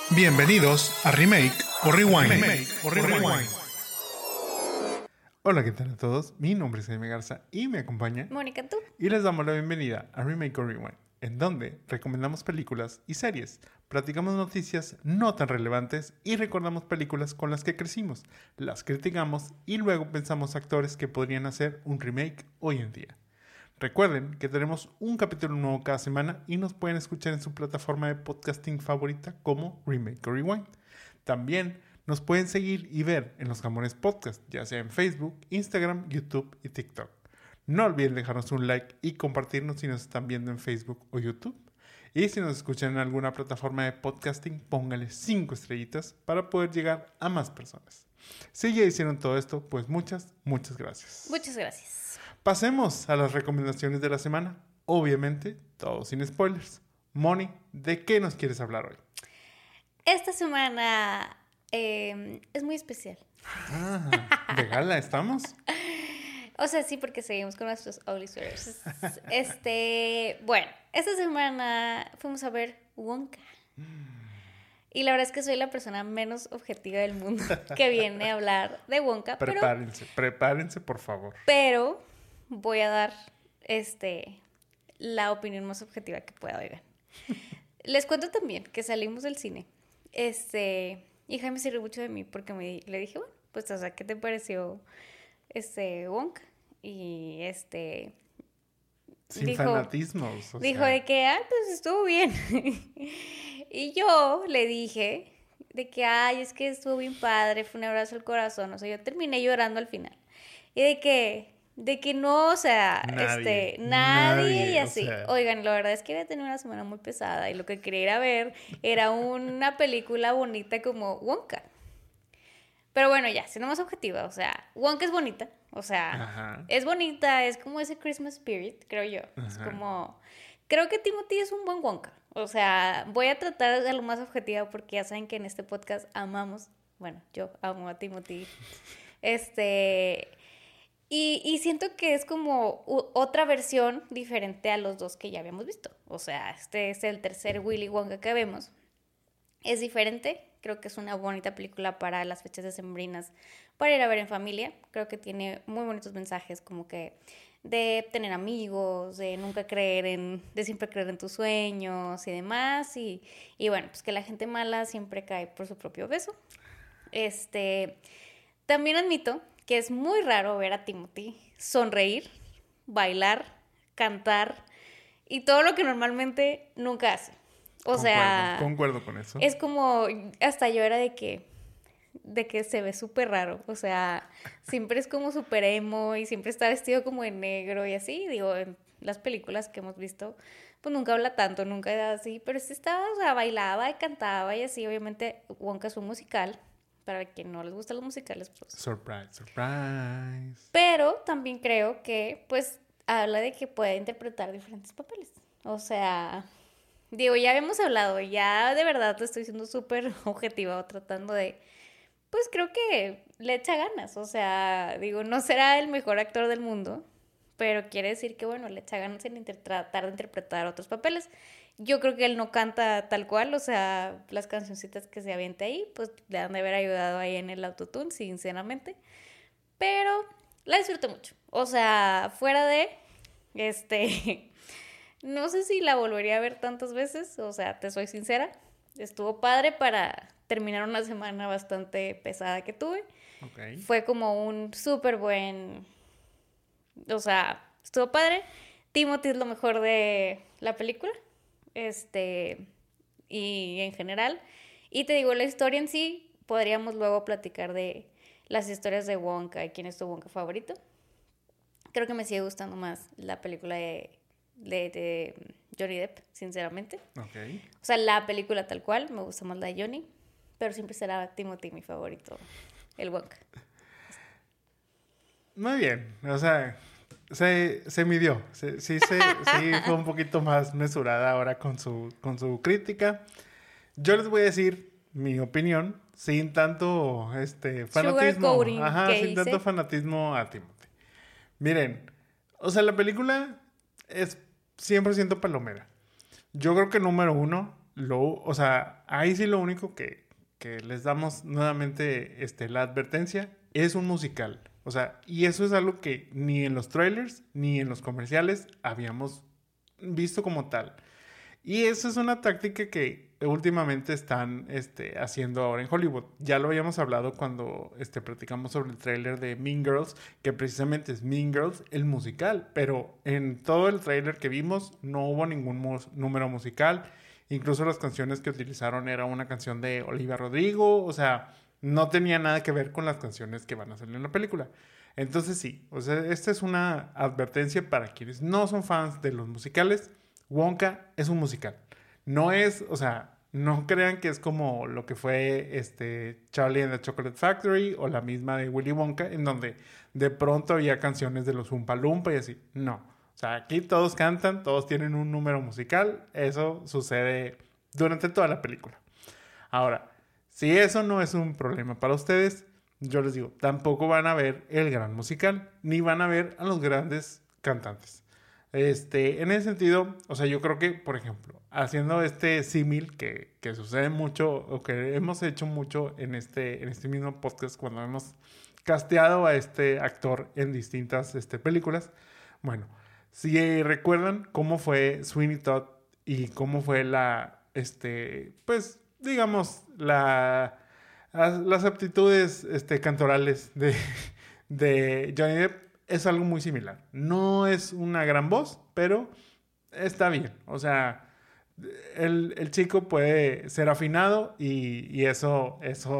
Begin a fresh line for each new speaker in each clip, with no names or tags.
Bienvenidos a Remake o Rewind. Hola, ¿qué tal a todos? Mi nombre es Jaime Garza y me acompaña
Mónica, ¿tú?
y les damos la bienvenida a Remake o Rewind, en donde recomendamos películas y series, platicamos noticias no tan relevantes y recordamos películas con las que crecimos, las criticamos y luego pensamos actores que podrían hacer un remake hoy en día. Recuerden que tenemos un capítulo nuevo cada semana y nos pueden escuchar en su plataforma de podcasting favorita como Remake o Rewind. También nos pueden seguir y ver en los Jamones Podcast, ya sea en Facebook, Instagram, YouTube y TikTok. No olviden dejarnos un like y compartirnos si nos están viendo en Facebook o YouTube. Y si nos escuchan en alguna plataforma de podcasting, póngale 5 estrellitas para poder llegar a más personas. Si ya hicieron todo esto, pues muchas gracias.
Muchas gracias.
Pasemos a las recomendaciones de la semana. Obviamente, todo sin spoilers. Moni, ¿de qué nos quieres hablar hoy?
Esta semana es muy especial.
¿De gala estamos?
O sea, sí, porque seguimos con nuestros Ugly Sweaters. Bueno, esta semana fuimos a ver Wonka. Y la verdad es que soy la persona menos objetiva del mundo que viene a hablar de Wonka.
Prepárense, por favor.
Pero voy a dar la opinión más objetiva que pueda, oigan. Les cuento también que salimos del cine. Y Jaime se rió mucho de mí porque le dije, bueno, pues, o sea, ¿qué te pareció Wonka? Y
Sin
dijo,
fanatismos.
Dijo de que, pues estuvo bien. Y yo le dije de que, es que estuvo bien padre, fue un abrazo al corazón. O sea, yo terminé llorando al final. Y de que no, o sea, nadie y así. O sea, oigan, la verdad es que había tenido una semana muy pesada y lo que quería ir a ver era una película bonita como Wonka. Pero bueno, ya, siendo más objetiva, o sea, Wonka es bonita, o sea, ajá, es bonita, es como ese Christmas spirit, creo yo. Ajá. Es como, creo que Timothy es un buen Wonka. O sea, voy a tratar de lo más objetiva porque ya saben que en este podcast amamos, bueno, yo amo a Timothy. Y siento que es como otra versión diferente a los dos que ya habíamos visto. O sea, este es el tercer Willy Wonka que vemos. Es diferente, creo que es una bonita película para las fechas decembrinas, para ir a ver en familia. Creo que tiene muy bonitos mensajes como que de tener amigos, de nunca de siempre creer en tus sueños y demás. Y bueno, pues que la gente mala siempre cae por su propio peso. También admito que es muy raro ver a Timothy sonreír, bailar, cantar y todo lo que normalmente nunca hace.
Concuerdo con eso.
Es como, hasta yo era de que se ve súper raro. O sea, siempre es como súper emo y siempre está vestido como de negro y así. Digo, en las películas que hemos visto, pues nunca habla tanto, nunca era así. Pero sí estaba, o sea, bailaba y cantaba y así. Obviamente, Wonka es un musical. Para quien no les gustan los musicales, pues...
Surprise.
Pero también creo que, pues, habla de que puede interpretar diferentes papeles. O sea... Digo, ya habíamos hablado, ya de verdad te estoy siendo súper objetiva o tratando de... Pues creo que le echa ganas, o sea, digo, no será el mejor actor del mundo, pero quiere decir que, bueno, le echa ganas en tratar de interpretar otros papeles. Yo creo que él no canta tal cual, o sea, las cancioncitas que se avienta ahí, pues le han de haber ayudado ahí en el autotune, sinceramente. Pero la disfruto mucho, o sea, fuera de, no sé si la volvería a ver tantas veces, o sea, te soy sincera. Estuvo padre para terminar una semana bastante pesada que tuve. Okay. Fue como un súper buen... O sea, estuvo padre. Timothy es lo mejor de la película. Y en general. Y te digo, la historia en sí, podríamos luego platicar de las historias de Wonka y quién es tu Wonka favorito. Creo que me sigue gustando más la película de Johnny Depp, sinceramente.
Okay.
O sea, la película tal cual, me gusta más la de Johnny, pero siempre será Timothy mi favorito, el Wonka.
Muy bien, o sea, se midió, sí fue un poquito más mesurada ahora con su crítica. Yo les voy a decir mi opinión sin tanto fanatismo. Sin tanto fanatismo a Timothy. Miren, o sea, la película es 100% palomera. Yo creo que número uno, o sea, ahí sí lo único que les damos nuevamente la advertencia es un musical. O sea, y eso es algo que ni en los trailers ni en los comerciales habíamos visto como tal. Y esa es una táctica que últimamente están haciendo ahora en Hollywood. Ya lo habíamos hablado cuando platicamos sobre el tráiler de Mean Girls, que precisamente es Mean Girls, el musical. Pero en todo el tráiler que vimos no hubo ningún número musical. Incluso las canciones que utilizaron era una canción de Olivia Rodrigo. O sea, no tenía nada que ver con las canciones que van a salir en la película. Entonces sí, o sea, esta es una advertencia para quienes no son fans de los musicales. Wonka es un musical. No es, o sea, no crean que es como lo que fue Charlie and the Chocolate Factory o la misma de Willy Wonka, en donde de pronto había canciones de los Oompa Loompa y así. No. O sea, aquí todos cantan, todos tienen un número musical. Eso sucede durante toda la película. Ahora, si eso no es un problema para ustedes, yo les digo, tampoco van a ver el gran musical, ni van a ver a los grandes cantantes. En ese sentido, o sea, yo creo que, por ejemplo, haciendo este símil que sucede mucho o que hemos hecho mucho en este mismo podcast cuando hemos casteado a este actor en distintas películas. Bueno, si recuerdan cómo fue Sweeney Todd y cómo fue pues, digamos, las aptitudes cantorales de Johnny Depp, es algo muy similar. No es una gran voz, pero está bien. O sea, el chico puede ser afinado y eso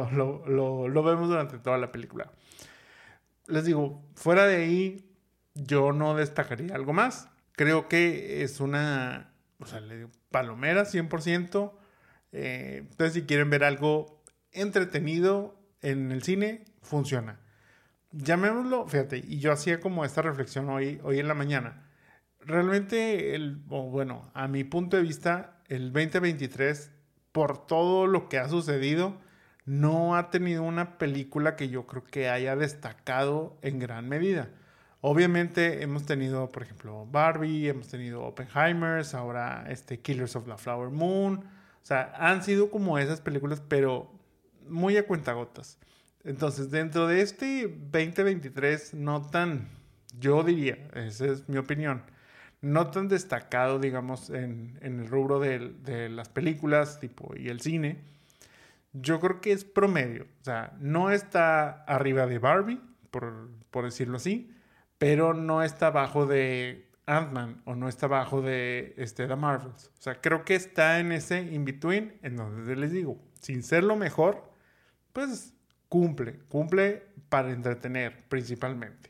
lo vemos durante toda la película. Les digo, fuera de ahí, yo no destacaría algo más. Creo que es una, o sea, palomera 100%. Entonces, si quieren ver algo entretenido en el cine, funciona. Llamémoslo, fíjate, y yo hacía como esta reflexión hoy en la mañana. Realmente, bueno, a mi punto de vista, el 2023, por todo lo que ha sucedido, no ha tenido una película que yo creo que haya destacado en gran medida. Obviamente hemos tenido, por ejemplo, Barbie, hemos tenido Oppenheimers, ahora Killers of the Flower Moon. O sea, han sido como esas películas, pero muy a cuentagotas. Entonces, dentro de 2023, no tan, yo diría, esa es mi opinión, no tan destacado, digamos, en el rubro de las películas tipo y el cine, yo creo que es promedio. O sea, no está arriba de Barbie, por decirlo así, pero no está abajo de Ant-Man o no está abajo de The Marvels. O sea, creo que está en ese in-between en donde les digo, sin ser lo mejor, pues cumple para entretener principalmente.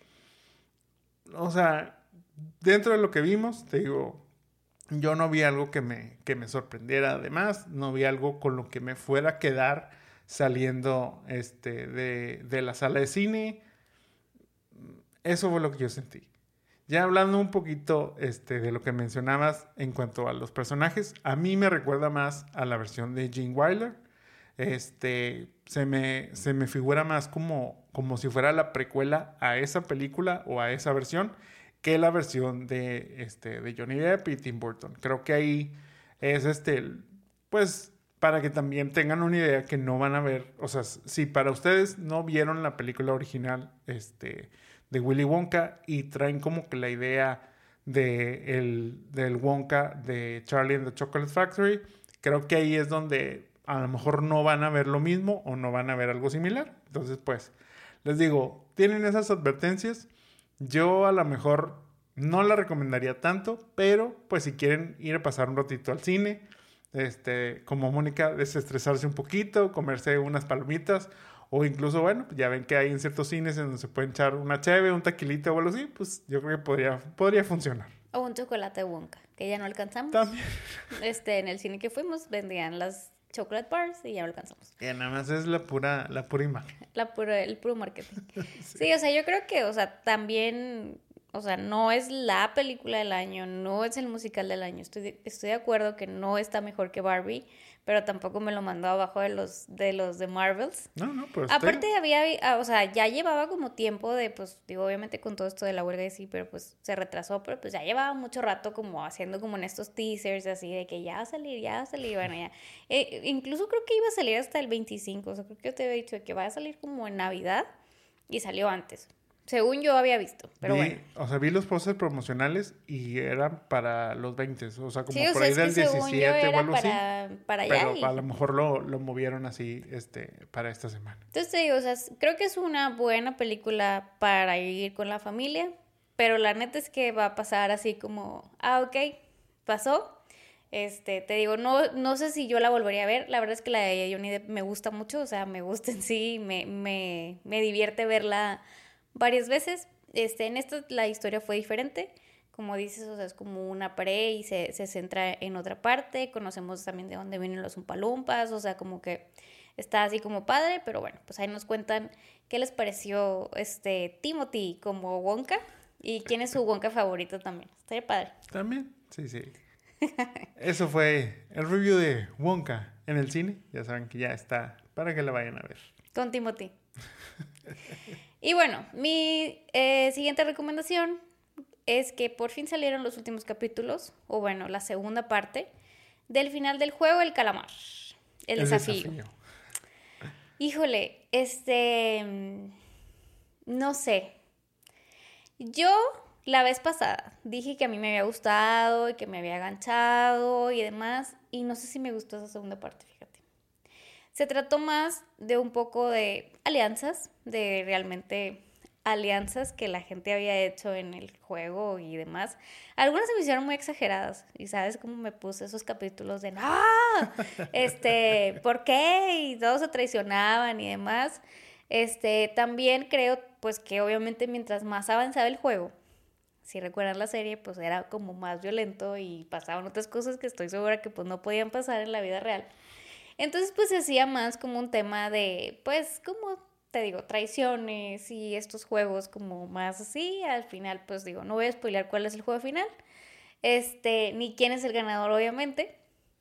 O sea, dentro de lo que vimos, te digo, yo no vi algo que me sorprendiera. Además, no vi algo con lo que me fuera a quedar saliendo de la sala de cine. Eso fue lo que yo sentí. Ya hablando un poquito de lo que mencionabas en cuanto a los personajes, a mí me recuerda más a la versión de Gene Wilder. Se me figura más como si fuera la precuela a esa película o a esa versión que la versión de Johnny Depp y Tim Burton. Creo que ahí es pues para que también tengan una idea que no van a ver, o sea, si para ustedes no vieron la película original de Willy Wonka y traen como que la idea del Wonka de Charlie and the Chocolate Factory, creo que ahí es donde a lo mejor no van a ver lo mismo o no van a ver algo similar. Entonces, pues, les digo, tienen esas advertencias. Yo a lo mejor no la recomendaría tanto, pero pues si quieren ir a pasar un ratito al cine, como Mónica, desestresarse un poquito, comerse unas palomitas, o incluso, bueno, ya ven que hay en ciertos cines en donde se pueden echar una cheve, un taquilito o algo así, pues yo creo que podría funcionar.
O un chocolate Wonka, que ya no alcanzamos.
También.
En el cine que fuimos vendían las chocolate bars y ya no alcanzamos.
Que nada más es la pura imagen.
El puro marketing. Sí, o sea, yo creo que, o sea, también O sea, no es la película del año, no es el musical del año. Estoy de acuerdo que no está mejor que Barbie, pero tampoco me lo mandó abajo de Marvels.
No, pero
Aparte o sea, ya llevaba como tiempo de, pues, digo, obviamente con todo esto de la huelga y sí, pero pues se retrasó, pero pues ya llevaba mucho rato como haciendo como en estos teasers así de que ya va a salir, bueno, ya. Incluso creo que iba a salir hasta el 25, o sea, creo que yo te había dicho que va a salir como en Navidad y salió antes. Según yo había visto, pero bueno.
O sea, vi los pósters promocionales y eran para los 20, o sea, como
Sí, o
por
sea,
ahí
es que
del
según yo
17 o
era
algo así.
para allá
Pero
y...
a lo mejor lo movieron así, para esta semana.
Entonces te digo, o sea, creo que es una buena película para ir con la familia, pero la neta es que va a pasar así como, ok, pasó. Te digo, no sé si yo la volvería a ver. La verdad es que la de Johnny Depp me gusta mucho, o sea, me gusta en sí, me divierte verla varias veces. En esta la historia fue diferente. Como dices, o sea, es como una pared y se centra en otra parte. Conocemos también de dónde vienen los Umpalumpas, o sea, como que está así como padre, pero bueno, pues ahí nos cuentan qué les pareció Timothy como Wonka y quién es su Wonka favorito también. Estaría padre.
También, sí. Eso fue el review de Wonka en el cine. Ya saben que ya está para que la vayan a ver.
Con Timothy. Y bueno, mi siguiente recomendación es que por fin salieron los últimos capítulos, o bueno, la segunda parte, del final del juego El Calamar. El desafío. Híjole, no sé. Yo la vez pasada dije que a mí me había gustado y que me había enganchado y demás, y no sé si me gustó esa segunda parte, fíjate. Se trató más de un poco de alianzas, de realmente alianzas que la gente había hecho en el juego y demás. Algunas se me hicieron muy exageradas y sabes cómo me puse esos capítulos de ¡no! ¿Por qué? Y todos se traicionaban y demás. También creo pues que obviamente mientras más avanzaba el juego, si recuerdan la serie, pues era como más violento y pasaban otras cosas que estoy segura que pues no podían pasar en la vida real. Entonces pues se hacía más como un tema de, pues como te digo, traiciones y estos juegos como así. Al final pues digo, no voy a spoilear cuál es el juego final, ni quién es el ganador obviamente.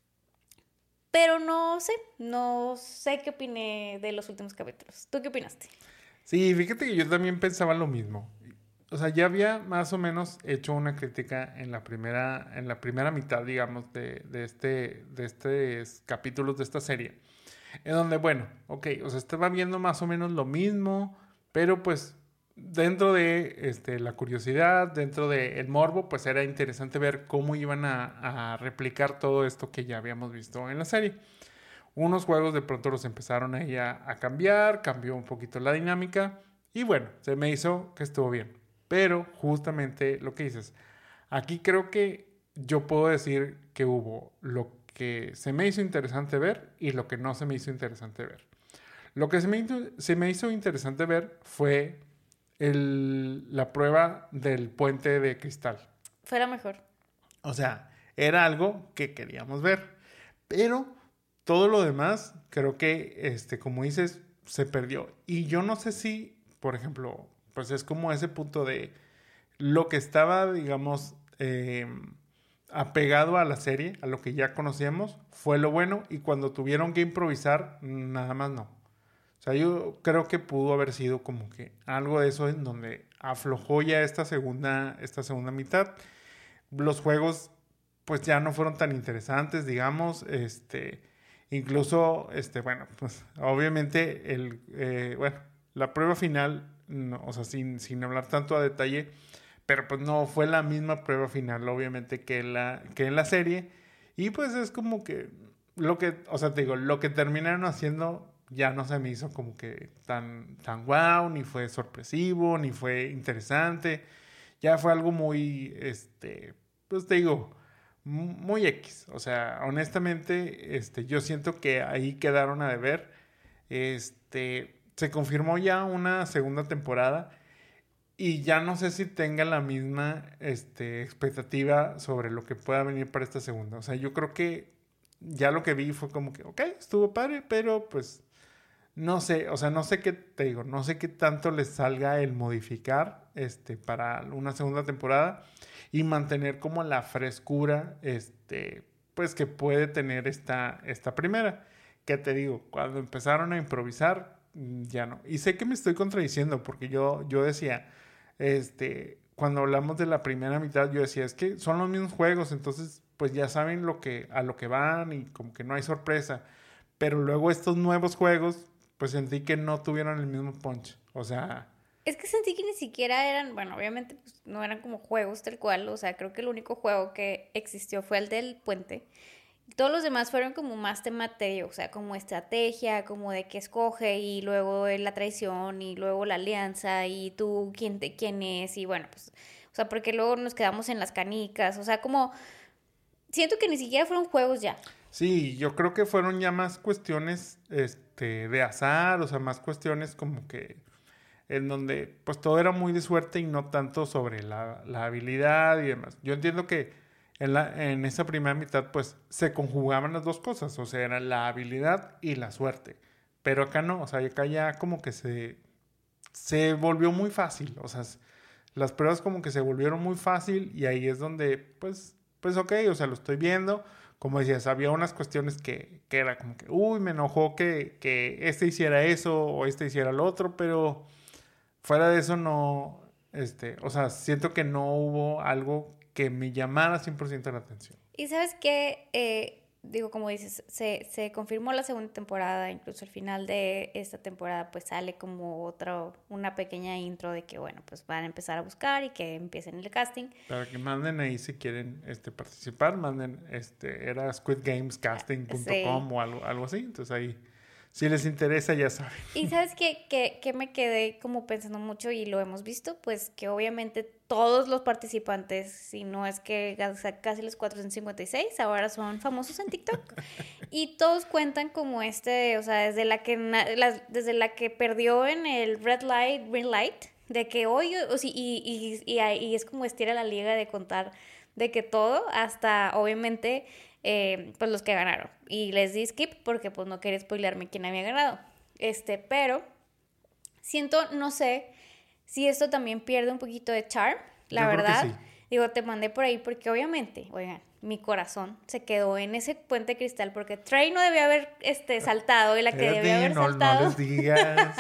Pero no sé qué opiné de los últimos capítulos. ¿Tú qué opinaste?
Sí, fíjate que yo también pensaba lo mismo. O sea, ya había más o menos hecho una crítica en la primera mitad, digamos, de estos capítulos de esta serie. En donde, bueno, ok, o sea, estaba viendo más o menos lo mismo, pero pues dentro de la curiosidad, dentro del morbo, pues era interesante ver cómo iban a replicar todo esto que ya habíamos visto en la serie. Unos juegos de pronto los empezaron ahí a cambiar, cambió un poquito la dinámica y bueno, se me hizo que estuvo bien. Pero justamente lo que dices, aquí creo que yo puedo decir que hubo lo que se me hizo interesante ver y lo que no se me hizo interesante ver. Lo que se me hizo interesante ver fue la prueba del puente de cristal.
Fue la mejor.
O sea, era algo que queríamos ver. Pero todo lo demás, creo que, como dices, se perdió. Y yo no sé si, por ejemplo, pues es como ese punto de lo que estaba, digamos, apegado a la serie, a lo que ya conocíamos, fue lo bueno. Y cuando tuvieron que improvisar, nada más no. O sea, yo creo que pudo haber sido como que algo de eso en donde aflojó ya esta segunda mitad. Los juegos, pues ya no fueron tan interesantes, digamos. Incluso, bueno, pues obviamente bueno, la prueba final, no, o sea, sin hablar tanto a detalle, pero pues no fue la misma prueba final, obviamente, que en la serie. Y pues es como que o sea, te digo, lo que terminaron haciendo ya no se me hizo como que tan wow, ni fue sorpresivo, ni fue interesante. Ya fue algo muy, pues te digo, muy X. O sea, honestamente, yo siento que ahí quedaron a deber. Se confirmó ya una segunda temporada y ya no sé si tenga la misma, expectativa sobre lo que pueda venir para esta segunda. O sea, yo creo que ya lo que vi fue como que, ok, estuvo padre, pero pues no sé, o sea, no sé qué te digo, no sé qué tanto les salga el modificar para una segunda temporada y mantener como la frescura pues que puede tener esta primera. Que te digo, cuando empezaron a improvisar, ya no. Y sé que me estoy contradiciendo porque yo decía, cuando hablamos de la primera mitad, yo decía, es que son los mismos juegos, entonces pues ya saben a lo que van y como que no hay sorpresa. Pero luego estos nuevos juegos, pues sentí que no tuvieron el mismo punch. O sea,
Es que sentí que ni siquiera eran, bueno, obviamente pues, no eran como juegos tal cual, o sea, creo que el único juego que existió fue el del puente. Todos los demás fueron como más tema teo, o sea, como estrategia, como de qué escoge y luego la traición y luego la alianza y tú quién es y bueno, pues, o sea, porque luego nos quedamos en las canicas, o sea, como siento que ni siquiera fueron juegos ya.
sí, yo creo que fueron ya más cuestiones de azar, o sea, más cuestiones como que en donde pues todo era muy de suerte y no tanto sobre la habilidad y demás. Yo entiendo que en esa primera mitad pues se conjugaban las dos cosas, o sea, era la habilidad y la suerte. Pero acá no, o sea, acá ya como que se volvió muy fácil, o sea, las pruebas como que se volvieron muy fácil y ahí es donde pues ok, o sea, lo estoy viendo. Como decías, había unas cuestiones que era como que, uy, me enojó que este hiciera eso o este hiciera lo otro, pero fuera de eso no, o sea, siento que no hubo algo que me llamara 100% la atención.
Y sabes qué, digo, como dices, se confirmó la segunda temporada, incluso al final de esta temporada pues sale como una pequeña intro de que bueno, pues van a empezar a buscar y que empiecen el casting.
Para que manden ahí si quieren participar, manden, era
Sí.
squidgamescasting.com o algo así, entonces ahí, si les interesa ya saben.
Y sabes que me quedé como pensando mucho y lo hemos visto, pues que obviamente todos los participantes, si no es que casi los 456, ahora son famosos en TikTok. Y todos cuentan como o sea, desde la que perdió en el red light, green light, de que hoy, o sí, y es como estira la liga de contar de que todo, hasta obviamente pues los que ganaron. Y les di skip porque pues no quería spoilearme quién había ganado. Pero siento, no sé si esto también pierde un poquito de charm, la
Yo creo que
verdad.
sí.
Digo, te mandé por ahí porque obviamente, oigan, mi corazón se quedó en ese puente cristal porque Trey no debió haber saltado y la que debió
Espérate,
haber
no, no
saltado,
les digas.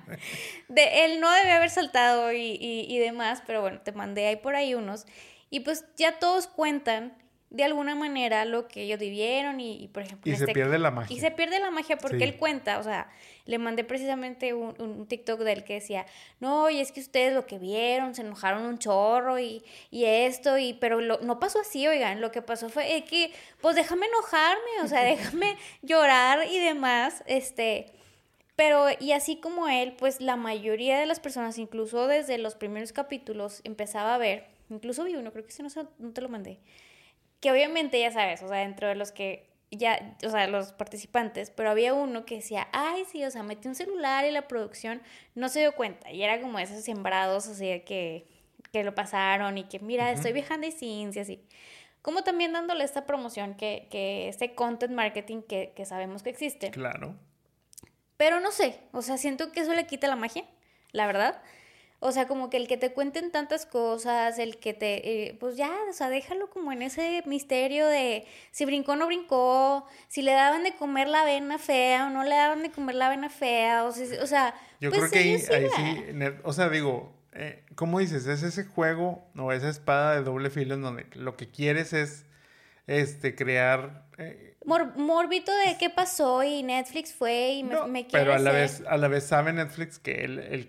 él no debió haber saltado y demás, pero bueno, te mandé ahí por ahí unos. Y pues ya todos cuentan de alguna manera lo que ellos vivieron por ejemplo,
Y se pierde la
y
magia.
se pierde la magia porque él
Sí.
cuenta, o sea, le mandé precisamente un TikTok de él que decía, no, y es que ustedes lo que vieron, se enojaron un chorro y esto, pero no pasó así, oigan, lo que pasó fue que, pues déjame enojarme, o sea, déjame llorar y demás, pero, y así como él, pues la mayoría de las personas, incluso desde los primeros capítulos, empezaba a ver, incluso vi uno, creo que ese no te lo mandé, que obviamente ya sabes, o sea, dentro de los que ya, o sea, los participantes, pero había uno que decía, ay, sí, o sea, metí un celular y la producción no se dio cuenta. Y era como esos sembrados, o sea, que lo pasaron y que, mira,
Ujú.
estoy viajando y sin, y así. Como también dándole esta promoción, este content marketing que sabemos que existe.
Claro.
Pero no sé, o sea, siento que eso le quita la magia, la verdad. O sea, como que el que te cuenten tantas cosas, el que pues ya, o sea, déjalo como en ese misterio de si brincó o no brincó, si le daban de comer la avena fea o no le daban de comer la avena fea, o sea,
Yo creo
pues
que
ellos
ahí sí,
sigan.
o sea, digo, ¿cómo dices? Es ese juego o esa espada de doble filo en donde lo que quieres es, crear,
Mórbito de qué pasó y Netflix fue y
no,
me
pero
quiere hacer.
a la vez sabe Netflix que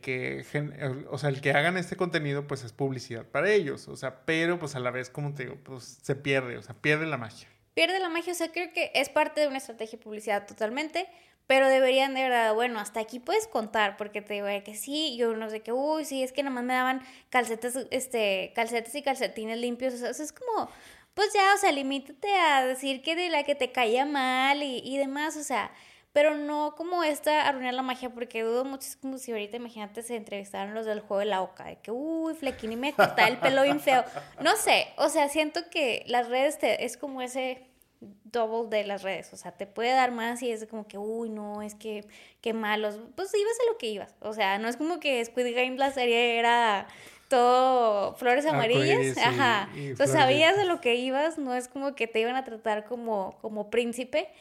o sea, el que hagan este contenido, pues es publicidad para ellos, o sea, pero pues a la vez, como te digo, pues se pierde, o sea, pierde la magia.
Pierde la magia, o sea, creo que es parte de una estrategia de publicidad totalmente, pero deberían de verdad, bueno, hasta aquí puedes contar, porque te digo que sí, yo no sé qué, uy, sí, es que nomás me daban calcetas y calcetines limpios, o sea, es como, pues ya, o sea, limítate a decir que de la que te caía mal y demás, o sea, pero no como arruinar la magia, porque dudo mucho, es como si ahorita, imagínate, se entrevistaron los del juego de la Oca, de que, uy, Flequini me cortaba el pelo bien feo, no sé, o sea, siento que las redes es como double de las redes, o sea, te puede dar más y es como que, uy, no, es que, qué malos, pues ibas a lo que ibas, o sea, no es como que Squid Game la serie era todo flores amarillas,
Arcoíris
ajá,
y
pues
flores
sabías
de...
a lo que ibas, no es como que te iban a tratar como príncipe,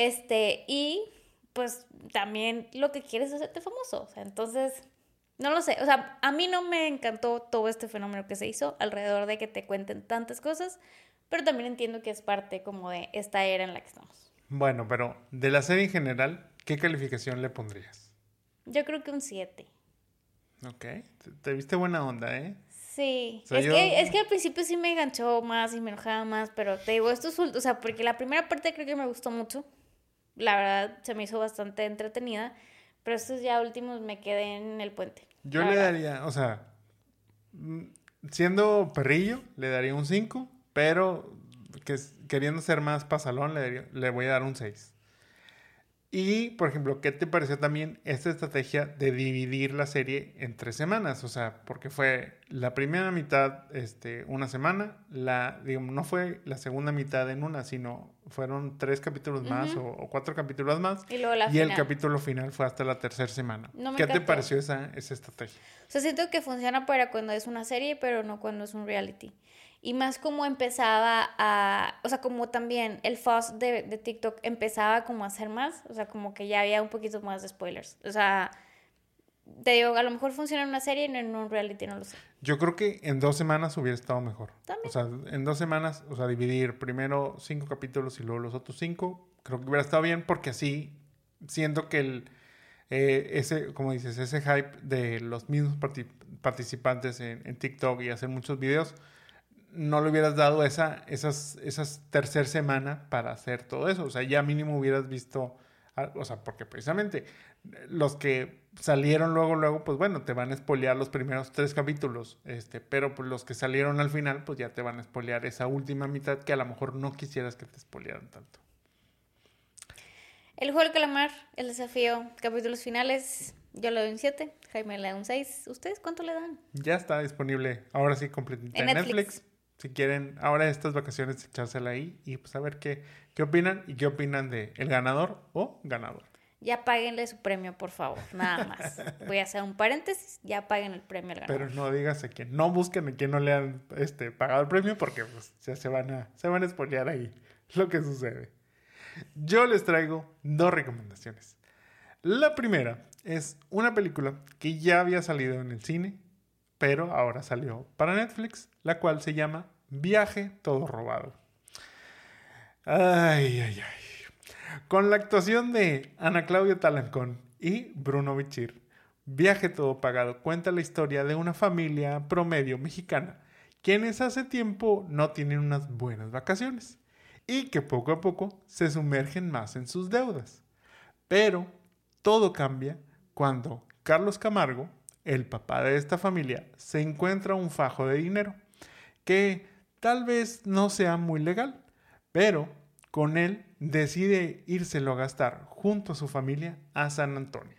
y pues también lo que quieres es hacerte famoso, o sea, entonces... No lo sé, o sea, a mí no me encantó todo este fenómeno que se hizo alrededor de que te cuenten tantas cosas, pero también entiendo que es parte como de esta era en la que estamos.
Bueno, pero de la serie en general, ¿qué calificación le pondrías?
Yo creo que un 7.
Ok, te viste buena onda, ¿eh?
Sí,
O sea,
es que al principio sí me enganchó más y me enojaba más, pero te digo, o sea, porque la primera parte creo que me gustó mucho, la verdad se me hizo bastante entretenida, pero estos ya últimos me quedé en el puente,
yo
la
le
verdad.
daría, o sea, mm, siendo perrillo, le daría un 5, pero queriendo ser más pasalón, le voy a dar un 6. Y, por ejemplo, ¿qué te pareció también esta estrategia de dividir la serie en 3 semanas? O sea, porque fue la primera mitad, una semana, digamos, no fue la segunda mitad en una, sino fueron 3 capítulos más
Ujú.
o 4 capítulos más,
Y luego la
y el
final.
capítulo final fue hasta la tercera semana.
No me
¿Qué te
encantó.
pareció esa estrategia?
O sea, siento que funciona para cuando es una serie, pero no cuando es un reality. Y más como empezaba a, o sea, como también el fuzz de TikTok empezaba como a hacer más, o sea, como que ya había un poquito más de spoilers. O sea, te digo, a lo mejor funciona en una serie y no en un reality, no lo sé.
Yo creo que en 2 semanas hubiera estado mejor. O
También.
sea, en 2 semanas, o sea, dividir primero 5 capítulos y luego los otros 5, creo que hubiera estado bien porque así siento que ese, como dices, ese hype de los mismos participantes en TikTok y hacer muchos videos, no le hubieras dado esas tercer semana para hacer todo eso. O sea, ya mínimo hubieras visto, o sea, porque precisamente los que salieron luego, pues bueno, te van a spoilear los primeros 3 capítulos, pero pues los que salieron al final, pues ya te van a spoilear esa última mitad que a lo mejor no quisieras que te spoilearan tanto.
El juego del calamar, el desafío, capítulos finales, yo le doy un 7, Jaime le da un 6. ¿Ustedes cuánto le dan?
Ya está disponible, ahora sí, completita
En
en
Netflix.
Netflix. Si quieren, ahora estas vacaciones, echársela ahí y pues a ver qué opinan y qué opinan de el ganador o ganador.
Ya páguenle su premio, por favor, nada más. Voy a hacer un paréntesis, ya paguen el premio al
Pero
ganador.
no digas a quién, no busquen a quién no le han pagado el premio porque pues ya se van a spoilear ahí lo que sucede. Yo les traigo 2 recomendaciones. La primera es una película que ya había salido en el cine, pero ahora salió para Netflix, la cual se llama Viaje Todo Robado. Ay, ay, ay. Con la actuación de Ana Claudia Talancón y Bruno Bichir, Viaje Todo Pagado cuenta la historia de una familia promedio mexicana, quienes hace tiempo no tienen unas buenas vacaciones y que poco a poco se sumergen más en sus deudas. Pero todo cambia cuando Carlos Camargo, el papá de esta familia, se encuentra un fajo de dinero que tal vez no sea muy legal, pero con él decide írselo a gastar junto a su familia a San Antonio.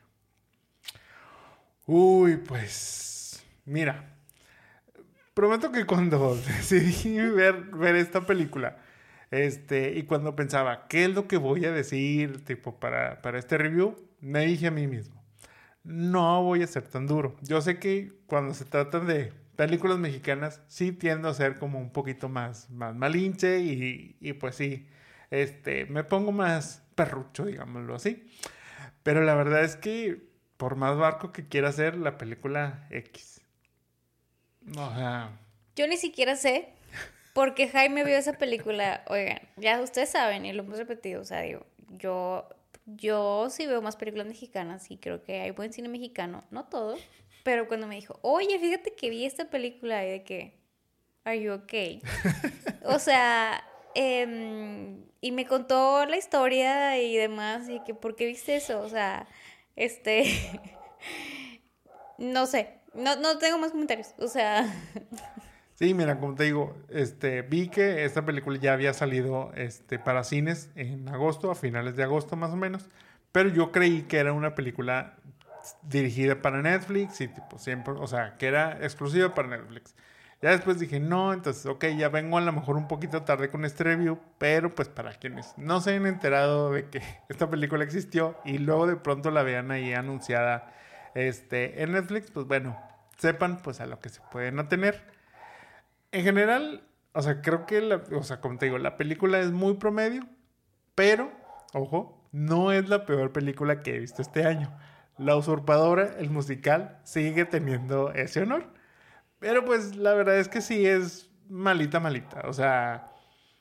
Uy, pues mira, prometo que cuando decidí ver esta película, y cuando pensaba, ¿qué es lo que voy a decir, tipo, para este review? Me dije a mí mismo, no voy a ser tan duro. Yo sé que cuando se trata de películas mexicanas, sí tiendo a ser como un poquito más malinche y pues sí, me pongo más perrucho, digámoslo así. Pero la verdad es que por más barco que quiera hacer la película X. O sea,
Yo ni siquiera sé porque Jaime vio esa película. Oigan, ya ustedes saben y lo hemos repetido. O sea, digo, yo sí veo más películas mexicanas y creo que hay buen cine mexicano. No todo, pero cuando me dijo, oye, fíjate que vi esta película y de que, ¿Are you okay? O sea, y me contó la historia y demás y que, ¿por qué viste eso? O sea, este, no sé, no tengo más comentarios. O sea,
sí, mira, como te digo, vi que esta película ya había salido para cines en agosto, a finales de agosto más o menos, pero yo creí que era una película dirigida para Netflix y tipo siempre, o sea, que era exclusiva para Netflix. Ya después dije, no, entonces, ok, ya vengo a lo mejor un poquito tarde con este review, pero pues para quienes no se hayan enterado de que esta película existió y luego de pronto la vean ahí anunciada en Netflix, pues bueno, sepan pues a lo que se pueden atener. En general, o sea, creo que, o sea, como te digo, la película es muy promedio, pero, ojo, no es la peor película que he visto este año. La Usurpadora, el musical, sigue teniendo ese honor. Pero pues la verdad es que sí es malita, malita. O sea,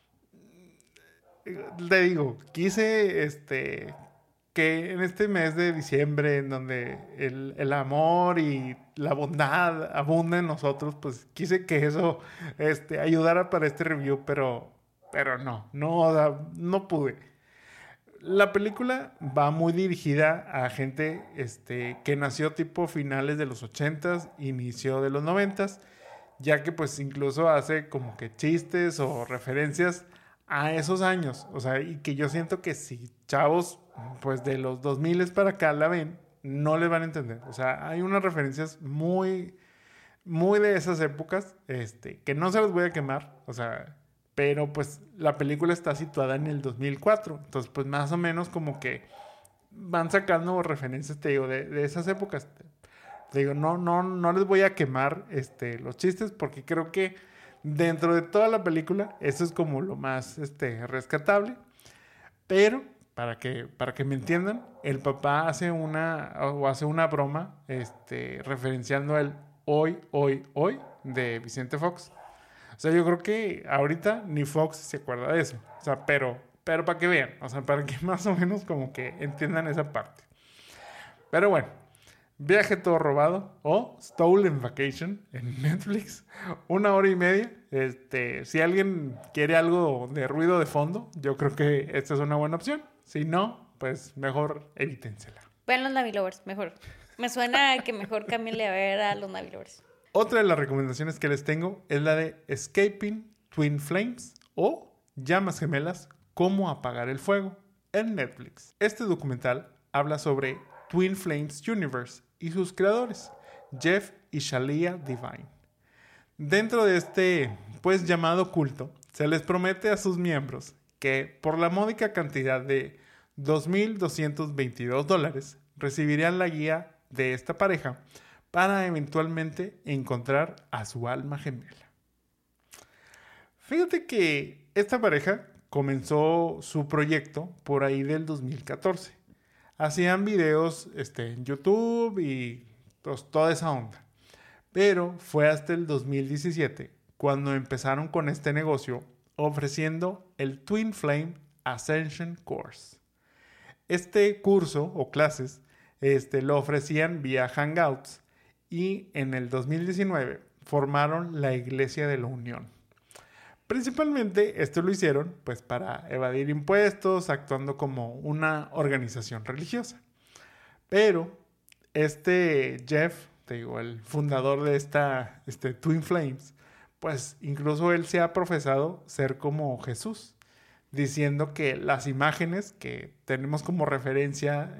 te digo, quise que en este mes de diciembre, en donde el amor y la bondad abunda en nosotros, pues quise que eso ayudara para este review, pero no, o sea, no pude. La película va muy dirigida a gente que nació tipo finales de los 80s, inicio de los 90s, ya que pues incluso hace como que chistes o referencias a esos años. O sea, y que yo siento que si chavos pues de los 2000 para acá la ven, no les van a entender. O sea, hay unas referencias muy de esas épocas, que no se las voy a quemar, o sea, pero pues la película está situada en el 2004, entonces pues más o menos como que van sacando referencias, te digo, de esas épocas. Te digo, no les voy a quemar los chistes porque creo que dentro de toda la película eso es como lo más rescatable, pero para que me entiendan, el papá hace una broma referenciando el hoy de Vicente Fox. O sea, yo creo que ahorita ni Fox se acuerda de eso. O sea, pero para que vean, o sea, para que más o menos como que entiendan esa parte. Pero bueno, Viaje todo robado o Stolen Vacation en Netflix. 1 hora y media. Si alguien quiere algo de ruido de fondo, yo creo que esta es una buena opción. Si no, pues mejor evítensela.
Vean los Navilovers, mejor. Me suena que mejor cámbienle a ver a los Navilovers.
Otra de las recomendaciones que les tengo es la de Escaping Twin Flames o Llamas Gemelas, cómo apagar el fuego en Netflix. Este documental habla sobre Twin Flames Universe y sus creadores, Jeff y Shalia Divine. Dentro de pues llamado culto, se les promete a sus miembros que por la módica cantidad de $2,222 recibirían la guía de esta pareja para eventualmente encontrar a su alma gemela. Fíjate que esta pareja comenzó su proyecto por ahí del 2014. Hacían videos en YouTube y pues, toda esa onda. Pero fue hasta el 2017 cuando empezaron con este negocio ofreciendo el Twin Flame Ascension Course. Este curso o clases lo ofrecían vía Hangouts y en el 2019 formaron la Iglesia de la Unión. Principalmente esto lo hicieron pues para evadir impuestos, actuando como una organización religiosa. Pero Jeff, te digo, el fundador de Twin Flames, pues incluso él se ha profesado ser como Jesús, diciendo que las imágenes que tenemos como referencia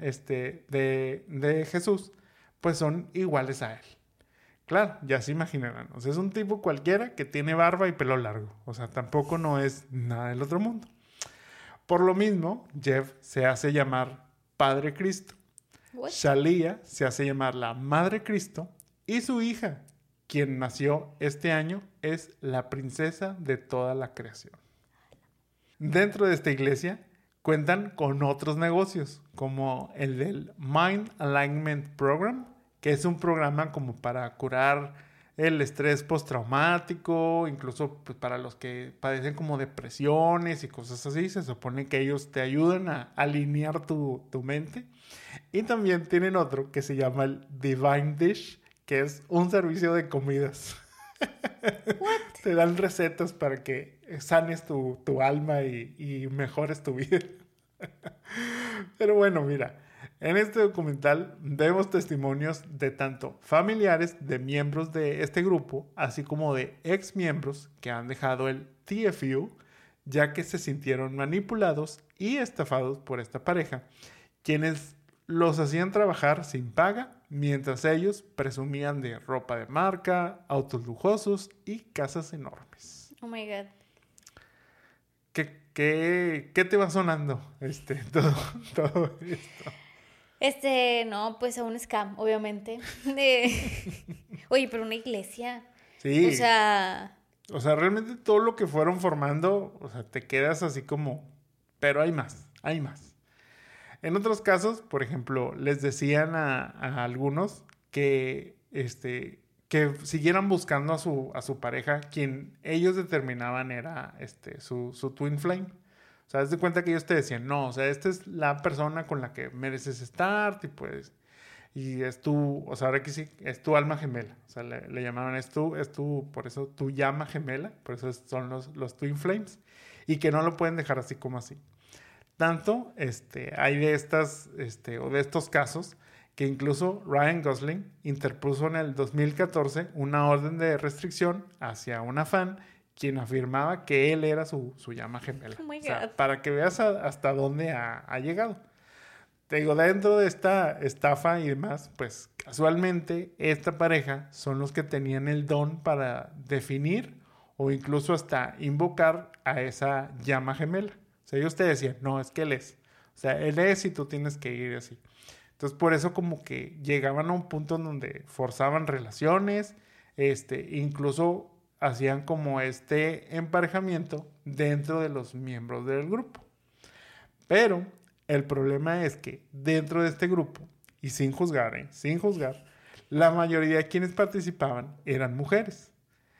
de Jesús, pues son iguales a él. Claro, ya se imaginarán. O sea, es un tipo cualquiera que tiene barba y pelo largo. O sea, tampoco no es nada del otro mundo. Por lo mismo, Jeff se hace llamar Padre Cristo.
What?
Shalia se hace llamar la Madre Cristo. Y su hija, quien nació este año, es la princesa de toda la creación. Dentro de esta iglesia cuentan con otros negocios, como el del Mind Alignment Program, que es un programa como para curar el estrés postraumático, incluso pues, para los que padecen como depresiones y cosas así. Se supone que ellos te ayudan a alinear tu mente. Y también tienen otro que se llama el Divine Dish, que es un servicio de comidas. Te dan recetas para que sanes tu alma y mejores tu vida. Pero bueno, mira, en este documental vemos testimonios de tanto familiares de miembros de este grupo, así como de ex miembros que han dejado el TFU, ya que se sintieron manipulados y estafados por esta pareja, quienes los hacían trabajar sin paga, mientras ellos presumían de ropa de marca, autos lujosos y casas enormes.
Oh my God.
¿Qué te va sonando todo esto?
No, pues a un scam, obviamente. Oye, pero una iglesia.
Sí.
O sea,
realmente todo lo que fueron formando, o sea, te quedas así como, pero hay más. En otros casos, por ejemplo, les decían a algunos que siguieran buscando a su pareja, quien ellos determinaban era su twin flame. O sea, haz de cuenta que ellos te decían, no, o sea, esta es la persona con la que mereces estar, y es tu, o sea, ahora que sí, es tu alma gemela. O sea, le llamaban, por eso tu llama gemela, por eso son los twin flames, y que no lo pueden dejar así como así. Tanto hay de o de estos casos que incluso Ryan Gosling interpuso en el 2014 una orden de restricción hacia una fan quien afirmaba que él era su llama gemela.
Oh my
o sea,
God.
para que veas hasta dónde ha llegado. Te digo, dentro de esta estafa y demás, pues casualmente esta pareja son los que tenían el don para definir o incluso hasta invocar a esa llama gemela. O sea, ellos te decían, no, es que él es. O sea, él es y tú tienes que ir así. Entonces, por eso como que llegaban a un punto en donde forzaban relaciones, incluso hacían como emparejamiento dentro de los miembros del grupo. Pero el problema es que dentro de este grupo, y sin juzgar, la mayoría de quienes participaban eran mujeres.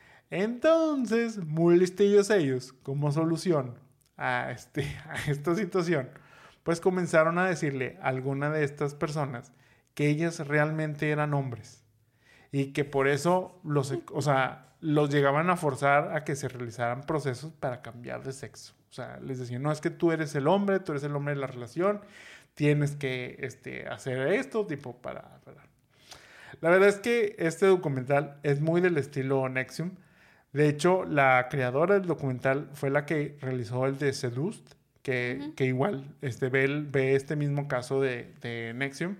Entonces, muy listillos ellos, como solución a esta situación, pues comenzaron a decirle a alguna de estas personas que ellas realmente eran hombres y que por eso los llegaban a forzar a que se realizaran procesos para cambiar de sexo. O sea, les decían, no, es que tú eres el hombre de la relación, tienes que hacer esto, para... La verdad es que este documental es muy del estilo NXIVM. De hecho, la creadora del documental fue la que realizó el de Seduced, que igual ve este mismo caso de NXIVM.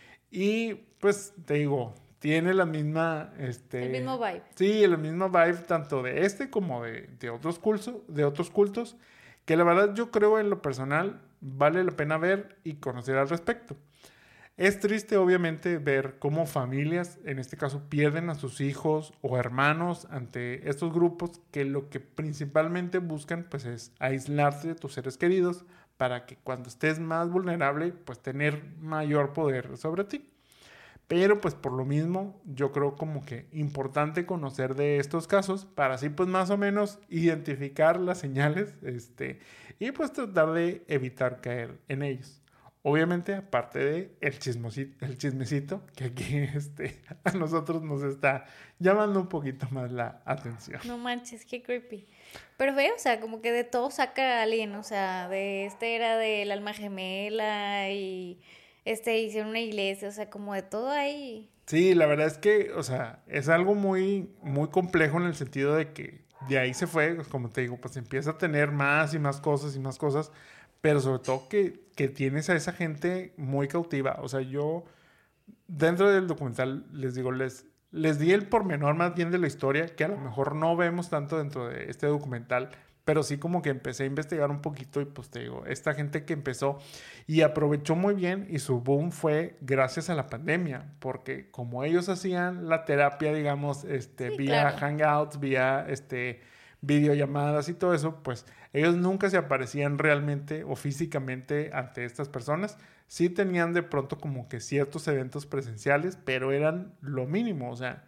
Y pues te digo, tiene la misma...
el mismo vibe.
Sí, la misma vibe tanto de como de otros cultos, que la verdad yo creo en lo personal vale la pena ver y conocer al respecto. Es triste, obviamente, ver cómo familias, en este caso, pierden a sus hijos o hermanos ante estos grupos que lo que principalmente buscan, pues, es aislarte de tus seres queridos para que cuando estés más vulnerable, pues, tener mayor poder sobre ti. Pero, pues, por lo mismo, yo creo como que importante conocer de estos casos para así, pues, más o menos identificar las señales, y, pues, tratar de evitar caer en ellos. Obviamente, aparte de el chismecito, que aquí a nosotros nos está llamando un poquito más la atención.
No manches, qué creepy. Pero ve, o sea, como que de todo saca a alguien, o sea, era del alma gemela y hicieron una iglesia, o sea, como de todo ahí.
Sí, la verdad es que, o sea, es algo muy, muy complejo en el sentido de que de ahí se fue, como te digo, pues empieza a tener más y más cosas, pero sobre todo que tienes a esa gente muy cautiva. O sea, yo dentro del documental les digo, les di el pormenor más bien de la historia, que a lo mejor no vemos tanto dentro de este documental, pero sí como que empecé a investigar un poquito y pues te digo, esta gente que empezó y aprovechó muy bien y su boom fue gracias a la pandemia, porque como ellos hacían la terapia, digamos,
Sí,
vía
claro.
Hangouts, vía videollamadas y todo eso, pues ellos nunca se aparecían realmente o físicamente ante estas personas. Sí tenían de pronto como que ciertos eventos presenciales, pero eran lo mínimo, o sea,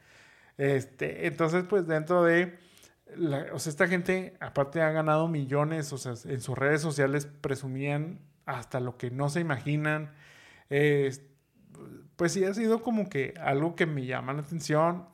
entonces pues dentro de, o sea, esta gente aparte ha ganado millones, o sea, en sus redes sociales presumían hasta lo que no se imaginan, eh, pues sí ha sido como que algo que me llama la atención,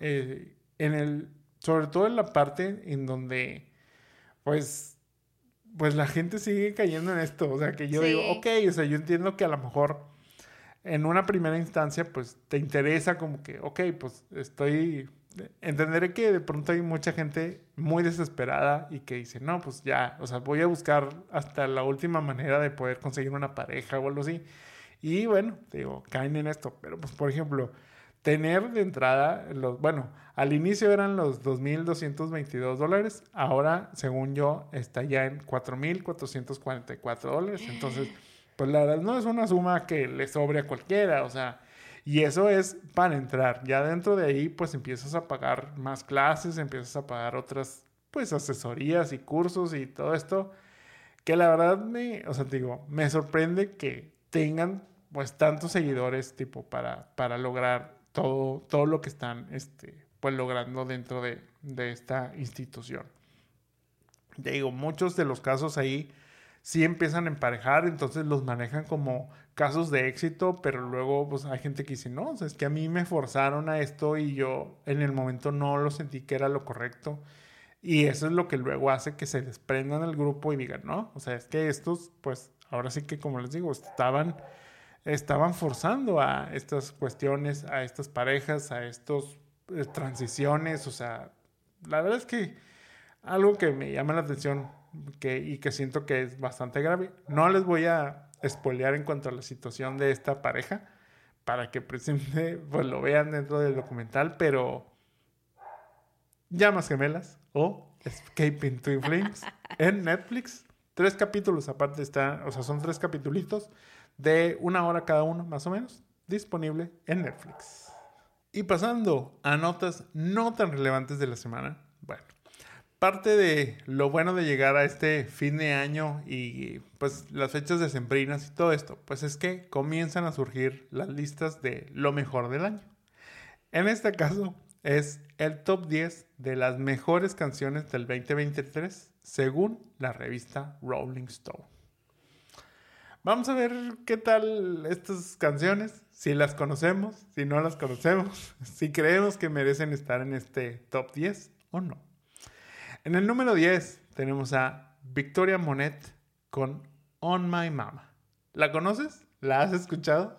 sobre todo en la parte en donde pues la gente sigue cayendo en esto. O sea, que yo digo, ok,
Sí.
o sea, yo entiendo que a lo mejor en una primera instancia, pues te interesa como que, ok, pues entenderé que de pronto hay mucha gente muy desesperada y que dice, no, pues ya, o sea, voy a buscar hasta la última manera de poder conseguir una pareja o algo así. Y bueno, te digo, caen en esto. Pero pues, por ejemplo, tener de entrada, al inicio eran los $2,222. Ahora, según yo, está ya en $4,444. Entonces, pues la verdad no es una suma que le sobre a cualquiera, o sea, y eso es para entrar. Ya dentro de ahí, pues empiezas a pagar más clases, empiezas a pagar otras, pues, asesorías y cursos y todo esto, que la verdad o sea, te digo, me sorprende que tengan, pues, tantos seguidores, tipo, para lograr todo lo que están, pues, logrando dentro de esta institución. Te digo, muchos de los casos ahí sí empiezan a emparejar, entonces los manejan como casos de éxito, pero luego pues hay gente que dice, no, o sea, es que a mí me forzaron a esto y yo en el momento no lo sentí que era lo correcto. Y eso es lo que luego hace que se desprendan del grupo y digan, no, o sea, es que estos, pues ahora sí que como les digo, estaban forzando a estas cuestiones, a estas parejas, a estos transiciones, o sea, la verdad es que algo que me llama la atención y que siento que es bastante grave. No les voy a spoilear en cuanto a la situación de esta pareja para que precisamente pues, lo vean dentro del documental, pero Llamas Gemelas o Escaping Twin Flames en Netflix. 3 capítulos aparte o sea, son 3 capítulos de 1 hora cada uno, más o menos, disponible en Netflix. Y pasando a notas no tan relevantes de la semana, bueno, parte de lo bueno de llegar a este fin de año y pues las fechas decembrinas y todo esto, pues es que comienzan a surgir las listas de lo mejor del año. En este caso es el top 10 de las mejores canciones del 2023 según la revista Rolling Stone. Vamos a ver qué tal estas canciones, si las conocemos, si no las conocemos, si creemos que merecen estar en este top 10 o no. En el número 10 tenemos a Victoria Monet con On My Mama. ¿La conoces? ¿La has escuchado?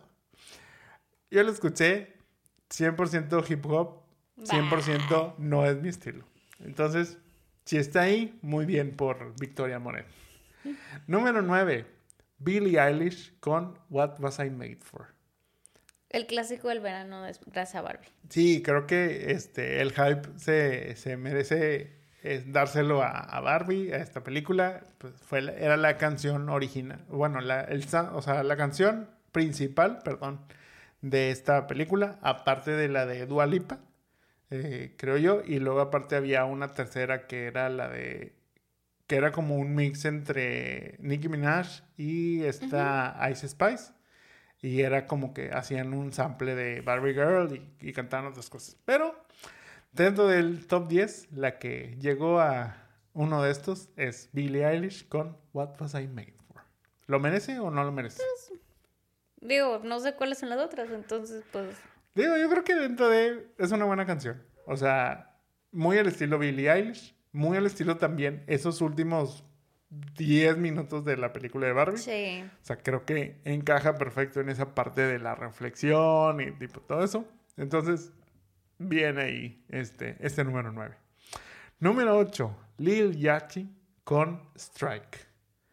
Yo la escuché, 100% hip hop, 100% no es mi estilo. Entonces, si está ahí, muy bien por Victoria Monet. Número 9, Billie Eilish con What Was I Made For.
El clásico del verano es gracias a Barbie.
Sí, creo que el hype se merece dárselo a Barbie, a esta película. Pues era la canción original, bueno, la canción principal, perdón, de esta película, aparte de la de Dua Lipa, creo yo, y luego aparte había una tercera que era que era como un mix entre Nicki Minaj y esta Ice Spice. Y era como que hacían un sample de Barbie Girl y cantaban otras cosas. Pero dentro del top 10, la que llegó a uno de estos es Billie Eilish con What Was I Made For. ¿Lo merece o no lo merece?
Pues, digo, no sé cuáles son las otras, entonces pues...
Digo, yo creo que dentro de... Es una buena canción. O sea, muy al estilo Billie Eilish. Muy al estilo también esos últimos 10 minutos de la película de Barbie.
Sí.
O sea, creo que encaja perfecto en esa parte de la reflexión y tipo todo eso. Entonces, viene ahí este número 9. Número 8, Lil Yachty con Strike.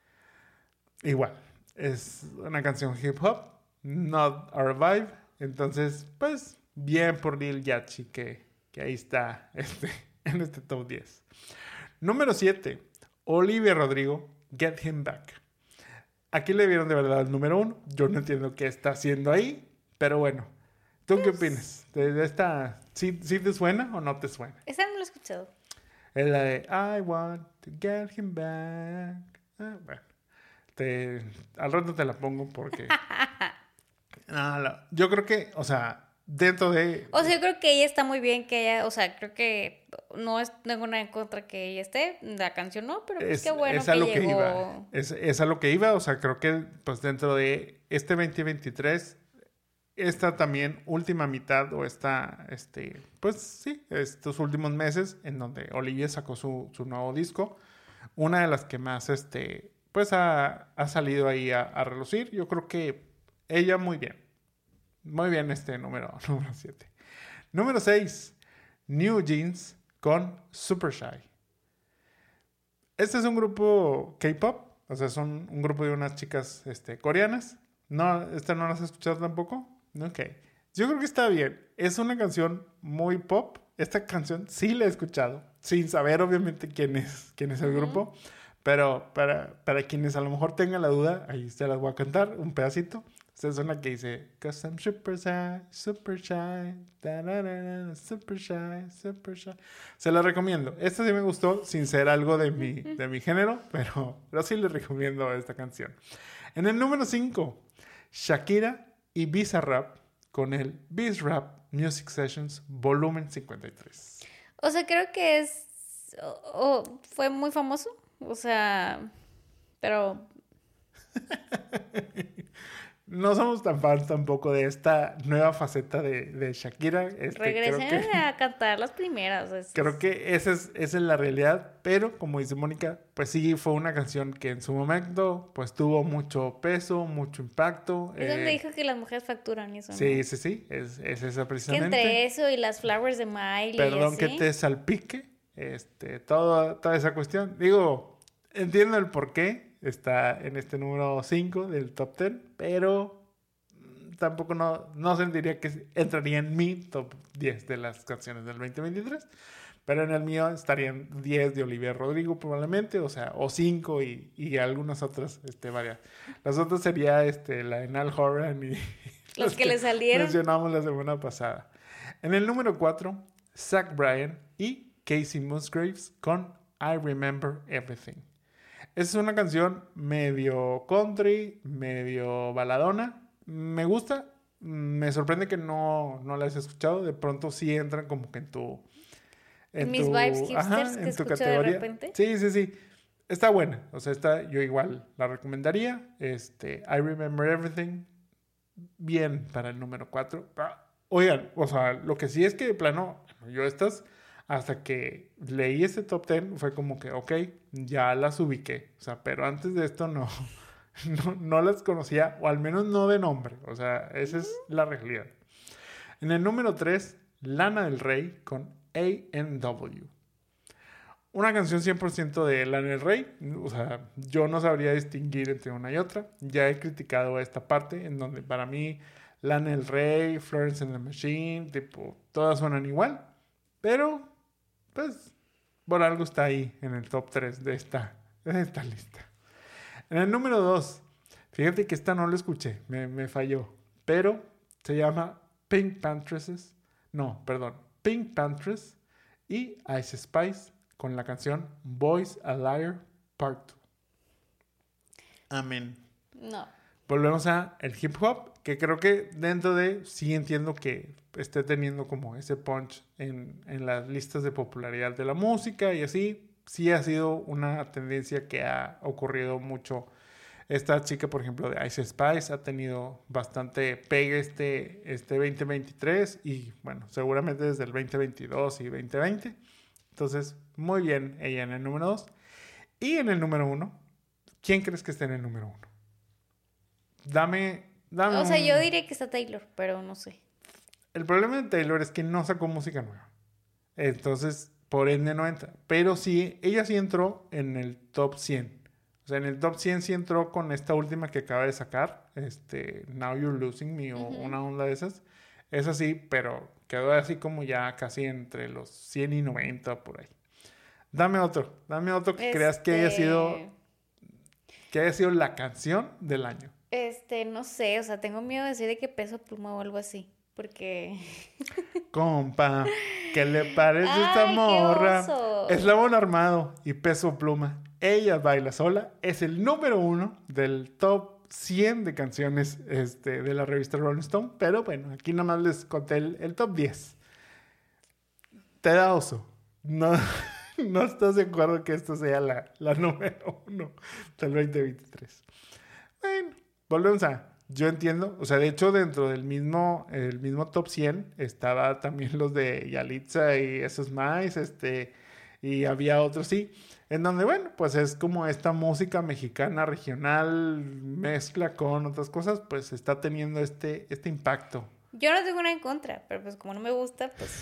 Igual, es una canción hip hop, not our vibe. Entonces, pues, bien por Lil Yachty que ahí está en este top 10. Número 7, Olivia Rodrigo, Get Him Back. Aquí le vieron de verdad el número 1. Yo no entiendo qué está haciendo ahí, pero bueno. ¿Tú qué opinas? ¿De esta, sí te suena o no te suena?
Esa no la he escuchado.
Es la de I want to get him back. Bueno, al rato te la pongo porque... yo creo que, o sea, dentro de...
O sea, yo creo que ella está muy bien que ella, o sea, creo que no es ninguna en contra que ella esté, la canción no, pero pues qué bueno
es a lo
que llegó.
Iba. Es a lo que iba, o sea, creo que pues dentro de este 2023, esta también última mitad o pues sí, estos últimos meses en donde Olivia sacó su nuevo disco, una de las que más, pues ha salido ahí a relucir, yo creo que ella muy bien número 7. Número 6, New Jeans con Super Shy. Este es un grupo K-pop, o sea, son un grupo de unas chicas coreanas. No, ¿esta no la has escuchado tampoco? Ok. Yo creo que está bien. Es una canción muy pop. Esta canción sí la he escuchado, sin saber obviamente quién es el grupo. Pero para quienes a lo mejor tengan la duda, ahí se las voy a cantar un pedacito. Esta es una que dice, 'Cause I'm super shy, da, super shy, super shy. Se la recomiendo. Esta sí me gustó, sin ser algo de mi género, pero sí les recomiendo esta canción. En el número 5, Shakira y Bizarrap con el Bizrap Music Sessions Volumen 53.
O sea, creo que fue muy famoso. O sea, pero
No somos tan fans tampoco de esta nueva faceta de Shakira.
regresen a cantar las primeras.
Creo que esa es la realidad, pero como dice Mónica, pues sí fue una canción que en su momento pues tuvo mucho peso, mucho impacto.
Es donde dijo que las mujeres facturan eso, ¿no?
Sí, es esa
Que
precisamente.
entre eso y las Flowers de Miley
Perdón
y
que
así.
te salpique, toda esa cuestión. Digo, entiendo el por qué está en este número 5 del top 10, pero tampoco no sentiría que entraría en mi top 10 de las canciones del 2023. Pero en el mío estarían 10 de Olivia Rodrigo probablemente, o 5 y algunas otras varias. Las otras sería la de Niall Horan y
Los que le salieron.
mencionamos la semana pasada. En el número 4, Zach Bryan y Casey Musgraves con I Remember Everything. Esa es una canción medio country, medio baladona. Me gusta. Me sorprende que no la hayas escuchado. De pronto sí entran como que
Mis vibes hipsters que
en tu
escucho
categoría.
de repente.
Sí. Está buena. O sea, yo igual la recomendaría. I Remember Everything. Bien para el número 4. Oigan, o sea, lo que sí es que de plano, yo hasta que leí este top 10, fue como que, ok, ya las ubiqué. O sea, pero antes de esto no las conocía, o al menos no de nombre. O sea, esa es la realidad. En el número 3, Lana del Rey con A&W. Una canción 100% de Lana del Rey. O sea, yo no sabría distinguir entre una y otra. Ya he criticado esta parte en donde para mí Lana del Rey, Florence and the Machine, todas suenan igual. Pero, pues, por algo está ahí en el top 3 de esta lista. En el número 2, fíjate que esta no lo escuché, me falló. Pero se llama Pink Panthers y Ice Spice con la canción Boys a Liar Part 2. Amén.
No.
Volvemos a el hip hop, que creo que sí entiendo que esté teniendo como ese punch en las listas de popularidad de la música y así. Sí ha sido una tendencia que ha ocurrido mucho. Esta chica, por ejemplo, de Ice Spice ha tenido bastante pegue este 2023 y bueno, seguramente desde el 2022 y 2020. Entonces, muy bien ella en el número 2. Y en el número 1, ¿quién crees que esté en el número 1? Dame
O sea, yo diría que está Taylor, pero no sé.
El problema de Taylor es que no sacó música nueva. Entonces, por ende no entra. Pero sí, ella sí entró en el top 100. O sea, en el top 100 sí entró con esta última que acaba de sacar. Now You're Losing Me o una onda de esas. Es así, pero quedó así como ya casi entre los 100 y 90 por ahí. Dame otro que creas que haya sido la canción del año.
No sé, o sea, tengo miedo de decir de que Peso Pluma o algo así, porque...
Compa, ¿qué le parece esta
¡Ay,
morra?
qué oso!
Eslabón Armado y Peso Pluma. Ella baila sola. Es el número 1 del top 100 de canciones de la revista Rolling Stone. Pero bueno, aquí nada más les conté el top 10. Te da oso. No estás de acuerdo que esta sea la número 1 del 2023. Bueno, volvemos yo entiendo, o sea, de hecho dentro del mismo top 100 estaba también los de Yalitza y esos más, y había otros sí, en donde, bueno, pues es como esta música mexicana regional mezcla con otras cosas, pues está teniendo este impacto.
Yo no tengo nada en contra, pero pues como no me gusta, pues...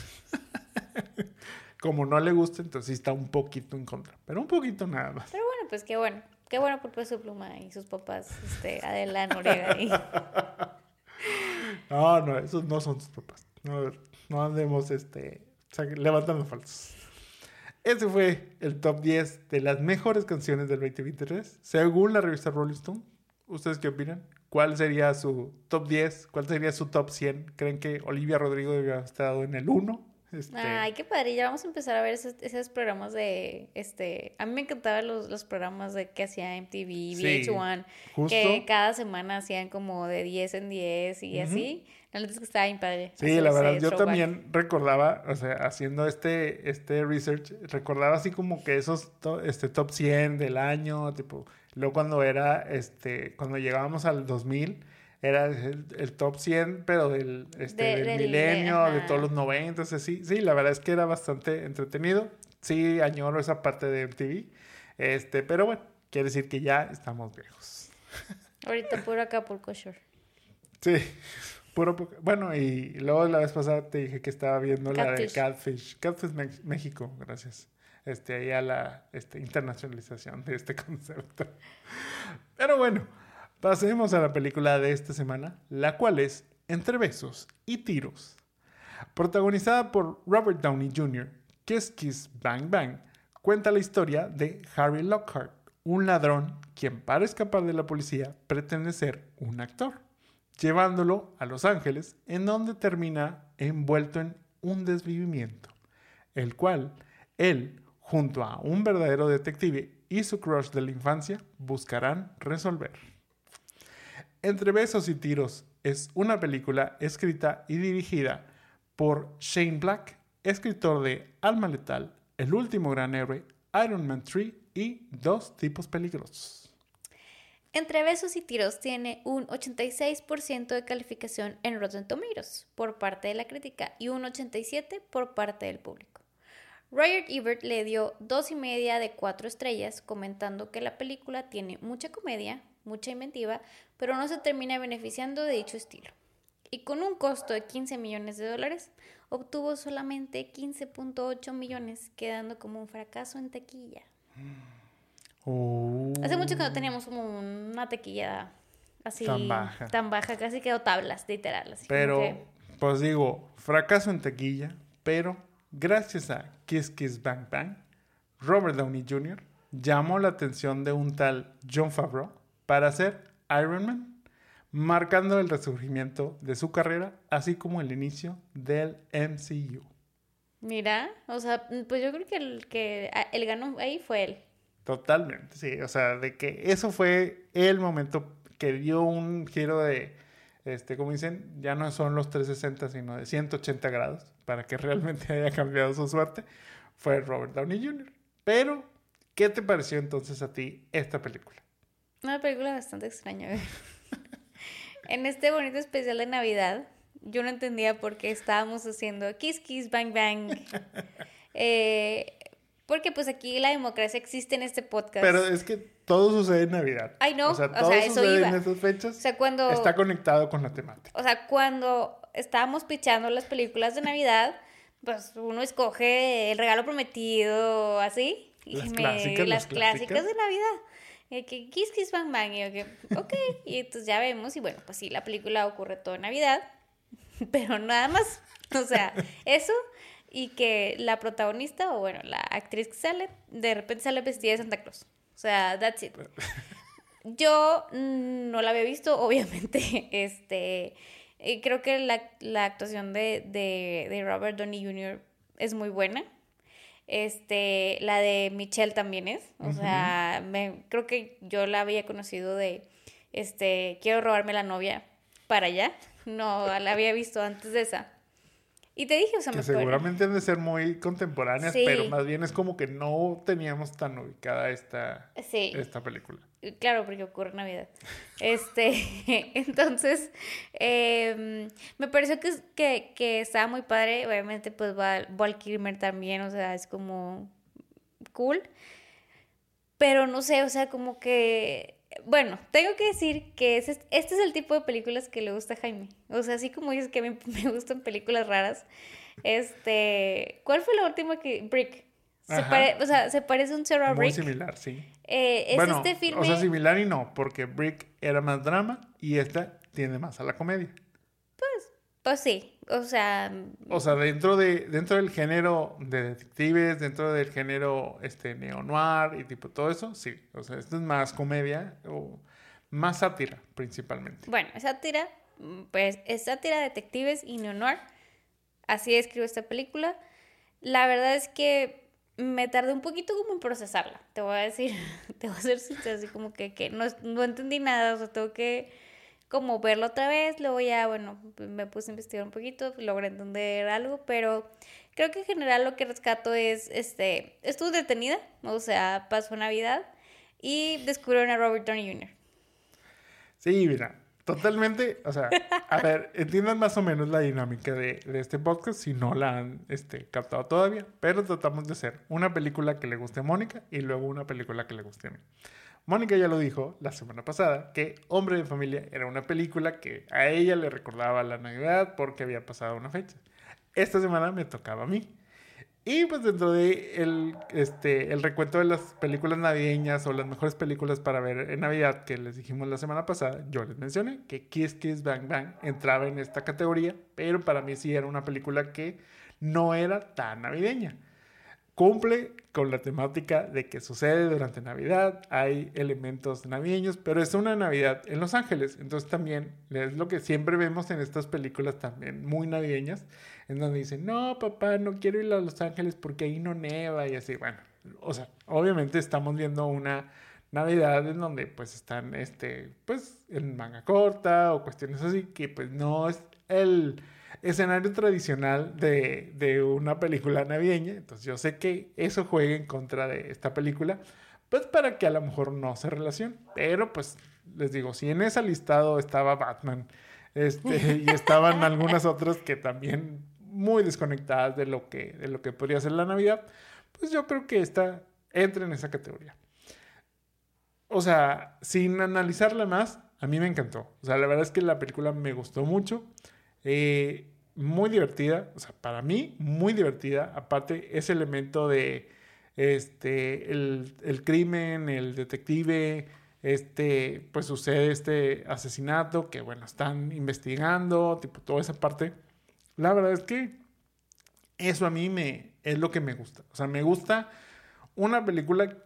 Como no le gusta, entonces sí está un poquito en contra, pero un poquito nada más.
Pero bueno, pues qué bueno. Qué bueno por Peso Pluma y sus papás, Adela Noriega.
No, esos no son tus papás. No andemos, levantando falsos. Ese fue el top 10 de las mejores canciones del 2023, según la revista Rolling Stone. ¿Ustedes qué opinan? ¿Cuál sería su top 10? ¿Cuál sería su top 100? ¿Creen que Olivia Rodrigo debería haber estado en el 1?
Ay, qué padre. Ya vamos a empezar a ver esos programas de... A mí me encantaban los programas de que hacía MTV, VH1,
justo.
que cada semana hacían como de 10 en 10 y así. La neta es que estaba bien padre.
Sí, la verdad, yo también recordaba, o sea, haciendo este research, recordaba así como que esos top 100 del año, tipo, luego cuando era, cuando llegábamos al 2000, era el top 100, pero del milenio, de todos los 90, así. Sí, la verdad es que era bastante entretenido. Sí, añoro esa parte de MTV, pero bueno, quiere decir que ya estamos viejos.
Ahorita puro Acapulco Shore.
Sí. Bueno, y luego la vez pasada te dije que estaba viendo la de Catfish. Catfish México, gracias. Ahí a la internacionalización de este concepto. Pero bueno, pasemos a la película de esta semana, la cual es Entre besos y tiros. Protagonizada por Robert Downey Jr., Kiss Kiss Bang Bang, cuenta la historia de Harry Lockhart, un ladrón quien para escapar de la policía pretende ser un actor, llevándolo a Los Ángeles, en donde termina envuelto en un desvivimiento, el cual él, junto a un verdadero detective y su crush de la infancia, buscarán resolver. Entre besos y tiros es una película escrita y dirigida por Shane Black, escritor de Alma Letal, El último gran héroe, Iron Man 3 y Dos tipos peligrosos.
Entre besos y tiros tiene un 86% de calificación en Rotten Tomatoes por parte de la crítica y un 87% por parte del público. Roger Ebert le dio 2.5 de 4 estrellas, comentando que la película tiene mucha comedia, mucha inventiva, pero no se termina beneficiando de dicho estilo. Y con un costo de $15 millones, obtuvo solamente 15.8 millones, quedando como un fracaso en taquilla. Hace mucho que no teníamos como una taquilla así tan baja, casi quedó tablas, literal. Así
pero, pues digo, fracaso en taquilla, pero gracias a Kiss Kiss Bang Bang, Robert Downey Jr. llamó la atención de un tal Jon Favreau para hacer Iron Man, marcando el resurgimiento de su carrera, así como el inicio del MCU.
Mira, o sea, pues yo creo que el ganó ahí fue él.
Totalmente, sí. O sea, de que eso fue el momento que dio un giro de, como dicen, ya no son los 360, sino de 180 grados, para que realmente haya cambiado su suerte, fue Robert Downey Jr. Pero, ¿qué te pareció entonces a ti esta película?
Una película bastante extraña. En este bonito especial de Navidad, yo no entendía por qué estábamos haciendo Kiss Kiss Bang Bang. Porque pues aquí la democracia existe en este podcast.
Pero es que todo sucede en Navidad.
Ay, no,
o sea, todo
eso
sucede
iba.
en esas fechas.
O sea, cuando...
Está conectado con la temática.
O sea, cuando estábamos pichando las películas de Navidad, pues uno escoge El regalo prometido, así.
Las
clásicas de Navidad. Y que Kiss Kiss Bang Bang. Y yo que, ok. Y entonces ya vemos. Y bueno, pues sí, la película ocurre todo en Navidad. Pero nada más. O sea, eso... Y que la protagonista, o bueno, la actriz que sale, de repente sale vestida de Santa Claus. O sea, that's it. Yo no la había visto, obviamente. Creo que la actuación de Robert Downey Jr. es muy buena. La de Michelle también es. O sea, creo que yo la había conocido de Quiero robarme la novia para allá. No la había visto antes de esa. Y te dije, o sea,
que seguramente han de ser muy contemporáneas, sí. Pero más bien es como que no teníamos tan ubicada esta película.
Claro, porque ocurre en Navidad. Entonces, me pareció que estaba muy padre. Obviamente, pues Val Kilmer también, o sea, es como cool. Pero no sé, o sea, como que... Bueno, tengo que decir que este es el tipo de películas que le gusta a Jaime. O sea, así como dices que me gustan películas raras. ¿Cuál fue la última que... Brick.
Ajá.
O sea, se parece un Sarah
Muy
Rick.
similar, sí.
Es
Bueno,
este filme...
o sea, similar y no, porque Brick era más drama y esta tiende más a la comedia.
Pues sí, o sea,
O sea, dentro del género de detectives, dentro del género neo-noir y tipo todo eso, sí. O sea, esto es más comedia o más sátira, principalmente.
bueno, pues es sátira, detectives y neo-noir. Así escribo esta película. La verdad es que me tardé un poquito como en procesarla, te voy a decir, te voy a ser sincera, así como que no entendí nada, o sea, tengo que como verlo otra vez, luego ya, bueno, me puse a investigar un poquito, logré entender algo, pero creo que en general lo que rescato es, estuve detenida, o sea, pasó Navidad y descubrieron a Robert Downey Jr.
Sí, mira, totalmente, o sea, a ver, entiendan más o menos la dinámica de este podcast si no la han captado todavía, pero tratamos de hacer una película que le guste a Mónica y luego una película que le guste a mí. Mónica ya lo dijo la semana pasada, que Hombre de Familia era una película que a ella le recordaba la Navidad porque había pasado una fecha. Esta semana me tocaba a mí. Y pues dentro de el recuento de las películas navideñas o las mejores películas para ver en Navidad que les dijimos la semana pasada, yo les mencioné que Kiss Kiss Bang Bang entraba en esta categoría, pero para mí sí era una película que no era tan navideña. Cumple con la temática de que sucede durante Navidad, hay elementos navideños, pero es una Navidad en Los Ángeles, entonces también es lo que siempre vemos en estas películas también muy navideñas, en donde dicen, no papá, no quiero ir a Los Ángeles porque ahí no neva y así, bueno, o sea, obviamente estamos viendo una Navidad en donde pues están, pues en manga corta o cuestiones así, que pues no es el escenario tradicional de una película navideña. Entonces yo sé que eso juega en contra de esta película, pues para que a lo mejor no se relacione. Pero pues les digo, si en ese listado estaba Batman, y estaban algunas otras que también muy desconectadas de lo que podría ser la Navidad, pues yo creo que esta entra en esa categoría. O sea, sin analizarla más, a mí me encantó. O sea, la verdad es que la película me gustó mucho. Muy divertida, o sea, para mí muy divertida. Aparte, ese elemento de el crimen, el detective, pues sucede este asesinato que, bueno, están investigando, tipo, toda esa parte. La verdad es que eso a mí es lo que me gusta. O sea, me gusta una película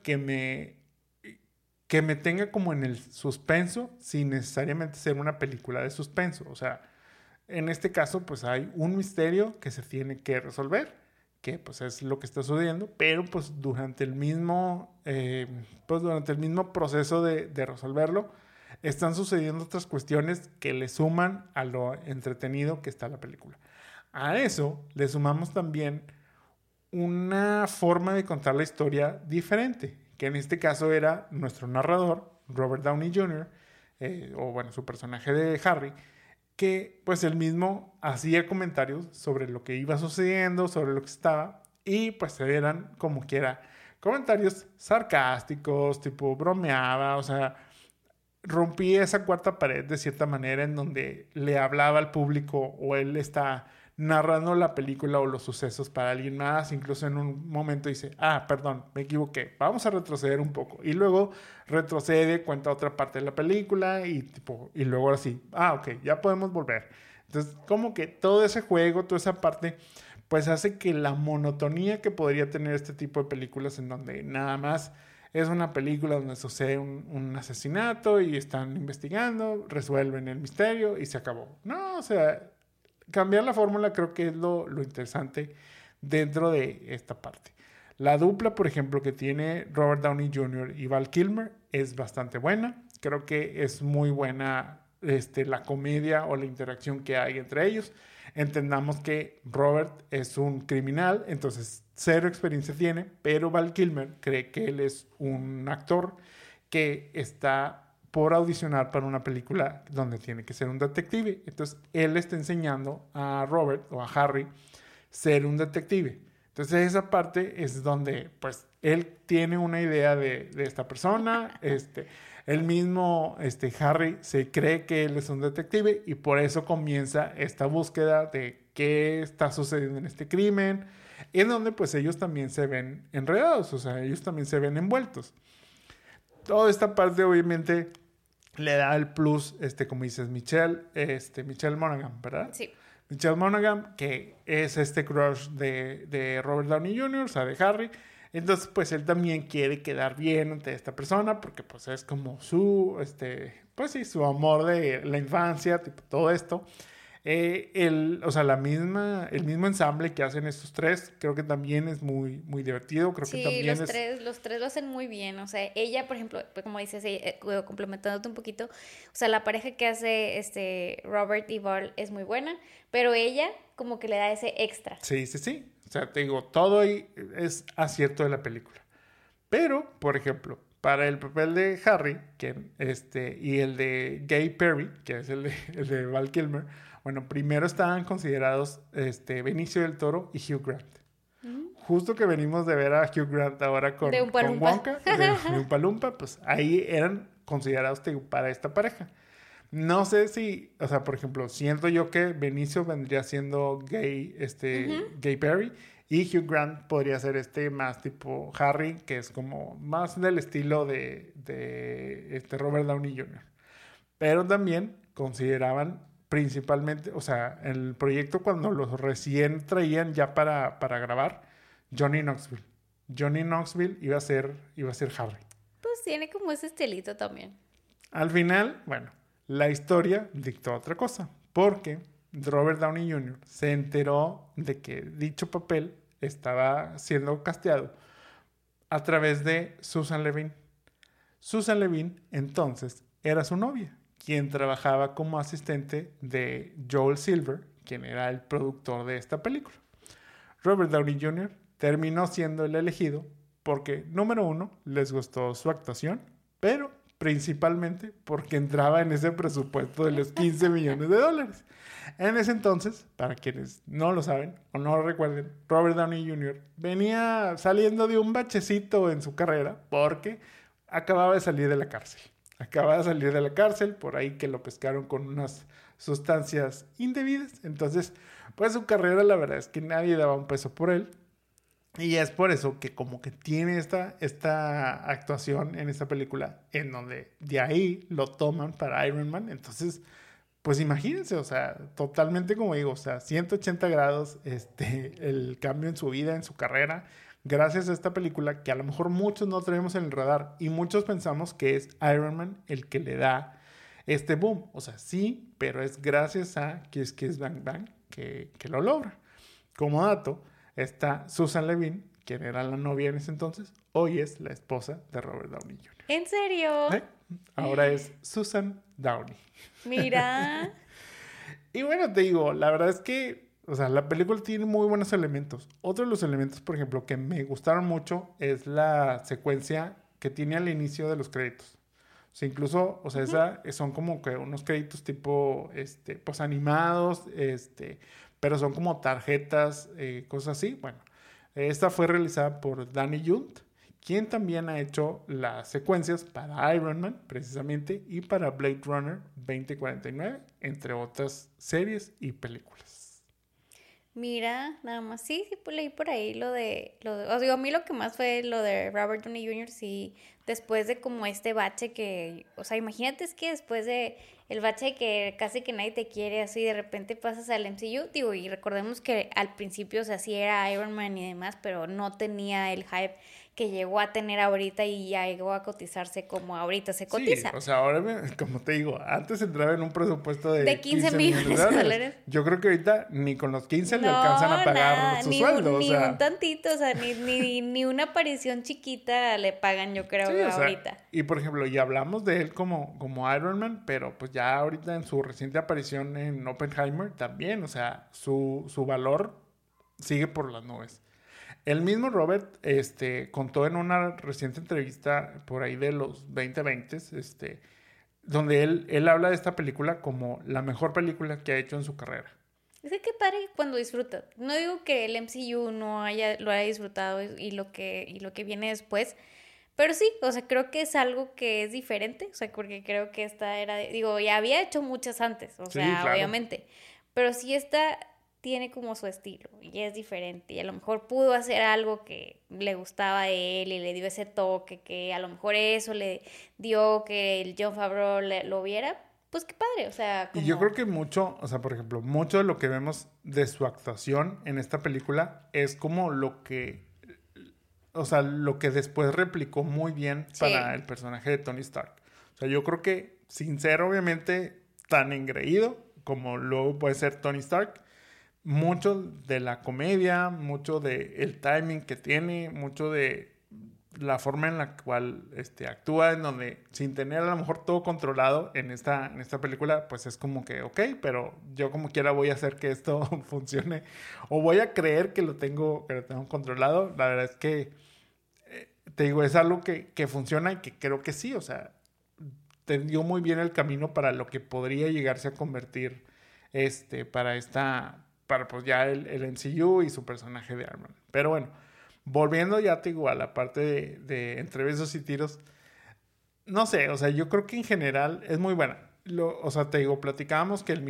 que me tenga como en el suspenso sin necesariamente ser una película de suspenso. O sea, en este caso, pues hay un misterio que se tiene que resolver, que pues es lo que está sucediendo, pero pues durante el mismo proceso de resolverlo, están sucediendo otras cuestiones que le suman a lo entretenido que está la película. A eso le sumamos también una forma de contar la historia diferente, que en este caso era nuestro narrador, Robert Downey Jr., o bueno, su personaje de Harry, que pues él mismo hacía comentarios sobre lo que iba sucediendo, sobre lo que estaba, y pues eran como quiera comentarios sarcásticos, tipo bromeaba, o sea, rompía esa cuarta pared de cierta manera en donde le hablaba al público o él está narrando la película o los sucesos para alguien más, incluso en un momento dice, perdón, me equivoqué, vamos a retroceder un poco, y luego retrocede, cuenta otra parte de la película y luego así, ok, ya podemos volver. Entonces, como que todo ese juego, toda esa parte, pues hace que la monotonía que podría tener este tipo de películas en donde nada más es una película donde sucede un asesinato y están investigando, resuelven el misterio y se acabó. No, o sea, cambiar la fórmula creo que es lo interesante dentro de esta parte. La dupla, por ejemplo, que tiene Robert Downey Jr. y Val Kilmer es bastante buena. Creo que es muy buena la comedia o la interacción que hay entre ellos. Entendamos que Robert es un criminal, entonces cero experiencia tiene, pero Val Kilmer cree que él es un actor que está por audicionar para una película donde tiene que ser un detective. Entonces él está enseñando a Robert o a Harry ser un detective. Entonces esa parte es donde pues él tiene una idea de esta persona, el mismo Harry se cree que él es un detective y por eso comienza esta búsqueda de qué está sucediendo en este crimen. en donde pues ellos también se ven enredados, o sea, ellos también se ven envueltos. Toda esta parte obviamente le da el plus, como dices, Michelle Monaghan, ¿verdad?
Sí.
Michelle Monaghan, que es este crush de Robert Downey Jr., o sea, de Harry. Entonces, pues él también quiere quedar bien ante esta persona porque pues es como pues sí, su amor de la infancia, tipo todo esto. O sea, el mismo ensamble que hacen estos tres, creo que también es muy, muy divertido. Creo que
Sí,
también
los tres lo hacen muy bien. O sea, ella, por ejemplo, pues, como dices, complementándote un poquito, o sea, la pareja que hace Robert y Val es muy buena, pero ella como que le da ese extra.
Sí, sí, sí. O sea, te digo, todo ahí es acierto de la película. Pero, por ejemplo, para el papel de Harry, y el de Gay Perry, que es el de Val Kilmer, bueno, primero estaban considerados Benicio del Toro y Hugh Grant. Justo que venimos de ver a Hugh Grant ahora con
De Oompa Loompa.
Wonka, de Oompa Loompa, pues ahí eran considerados para esta pareja. No sé si, o sea, por ejemplo, siento yo que Benicio vendría siendo Gay Perry, y Hugh Grant podría ser más tipo Harry, que es como más del estilo de Robert Downey Jr. Pero también consideraban principalmente, o sea, el proyecto cuando los recién traían ya para grabar, Johnny Knoxville. Johnny Knoxville iba a ser Harry.
Pues tiene como ese estilito también.
Al final, bueno, la historia dictó otra cosa, porque Robert Downey Jr. se enteró de que dicho papel estaba siendo casteado a través de Susan Levine. Susan Levine entonces era su novia, quien trabajaba como asistente de Joel Silver, quien era el productor de esta película. Robert Downey Jr. terminó siendo el elegido porque, número uno, les gustó su actuación, pero principalmente porque entraba en ese presupuesto de los 15 millones de dólares. En ese entonces, para quienes no lo saben o no lo recuerden, Robert Downey Jr. venía saliendo de un bachecito en su carrera porque acababa de salir de la cárcel. Acababa de salir de la cárcel, por ahí que lo pescaron con unas sustancias indebidas. Entonces, pues su carrera, la verdad es que nadie daba un peso por él. Y es por eso que como que tiene esta actuación en esta película, en donde de ahí lo toman para Iron Man. Entonces, pues imagínense, o sea, totalmente como digo, o sea, 180 grados el cambio en su vida, en su carrera, gracias a esta película que a lo mejor muchos no tenemos en el radar y muchos pensamos que es Iron Man el que le da este boom. O sea, sí, pero es gracias a Kiss Kiss Bang Bang que lo logra. Como dato, está Susan Levine, quien era la novia en ese entonces, hoy es la esposa de Robert Downey Jr.
¿En serio?
Ahora es Susan Downey.
Mira.
Y bueno, te digo, la verdad es que, o sea, la película tiene muy buenos elementos. Otro de los elementos, por ejemplo, que me gustaron mucho es la secuencia que tiene al inicio de los créditos. O sea, incluso, o sea, son como que unos créditos tipo, pues animados, pero son como tarjetas, cosas así. Bueno, esta fue realizada por Danny Yunt, quien también ha hecho las secuencias para Iron Man, precisamente, y para Blade Runner 2049, entre otras series y películas.
Mira, nada más, sí, pues leí por ahí os digo, a mí lo que más fue lo de Robert Downey Jr., sí, después de como este bache que, o sea, imagínate es que después de el bache que casi que nadie te quiere, así de repente pasas al MCU, digo, y recordemos que al principio, o sea, sí era Iron Man y demás, pero no tenía el hype que llegó a tener ahorita y ya llegó a cotizarse como ahorita se cotiza.
Sí, o sea, ahora, como te digo, antes entraba en un presupuesto de
15 millones de dólares.
Yo creo que ahorita ni con los 15 le alcanzan a pagar su sueldo.
Ni un tantito, o sea, ni una aparición chiquita le pagan, yo creo,
sí,
ahorita.
Sea, y por ejemplo, ya hablamos de él como Iron Man, pero pues ya ahorita en su reciente aparición en Oppenheimer también, o sea, su valor sigue por las nubes. El mismo Robert contó en una reciente entrevista por ahí de los 2020, donde él habla de esta película como la mejor película que ha hecho en su carrera.
Es que padre cuando disfruta. No digo que el MCU lo haya disfrutado y lo que viene después, pero sí, o sea, creo que es algo que es diferente, o sea, porque creo que esta era, digo, ya había hecho muchas antes, o sea, claro. Obviamente, pero sí esta tiene como su estilo y es diferente y a lo mejor pudo hacer algo que le gustaba a él y le dio ese toque que a lo mejor eso le dio que el Jon Favreau lo viera, pues qué padre, o sea,
Y yo creo
como...
que mucho, o sea, por ejemplo, mucho de lo que vemos de su actuación en esta película es como lo que, o sea, lo que después replicó muy bien para
Sí,
el personaje de Tony Stark. O sea, yo creo que, sin ser obviamente tan engreído como luego puede ser Tony Stark, mucho de la comedia, mucho de el timing que tiene, mucho de la forma en la cual actúa, en donde sin tener a lo mejor todo controlado en esta película, pues es como que, ok, pero yo como quiera voy a hacer que esto funcione o voy a creer que lo tengo controlado. La verdad es que, te digo, es algo que funciona y que creo que sí, o sea, tendió muy bien el camino para lo que podría llegarse a convertir para pues ya el MCU y su personaje de Iron Man. Pero bueno, volviendo ya te digo a la parte de entre besos y tiros, no sé, o sea, yo creo que en general es muy buena. O sea, te digo, platicábamos que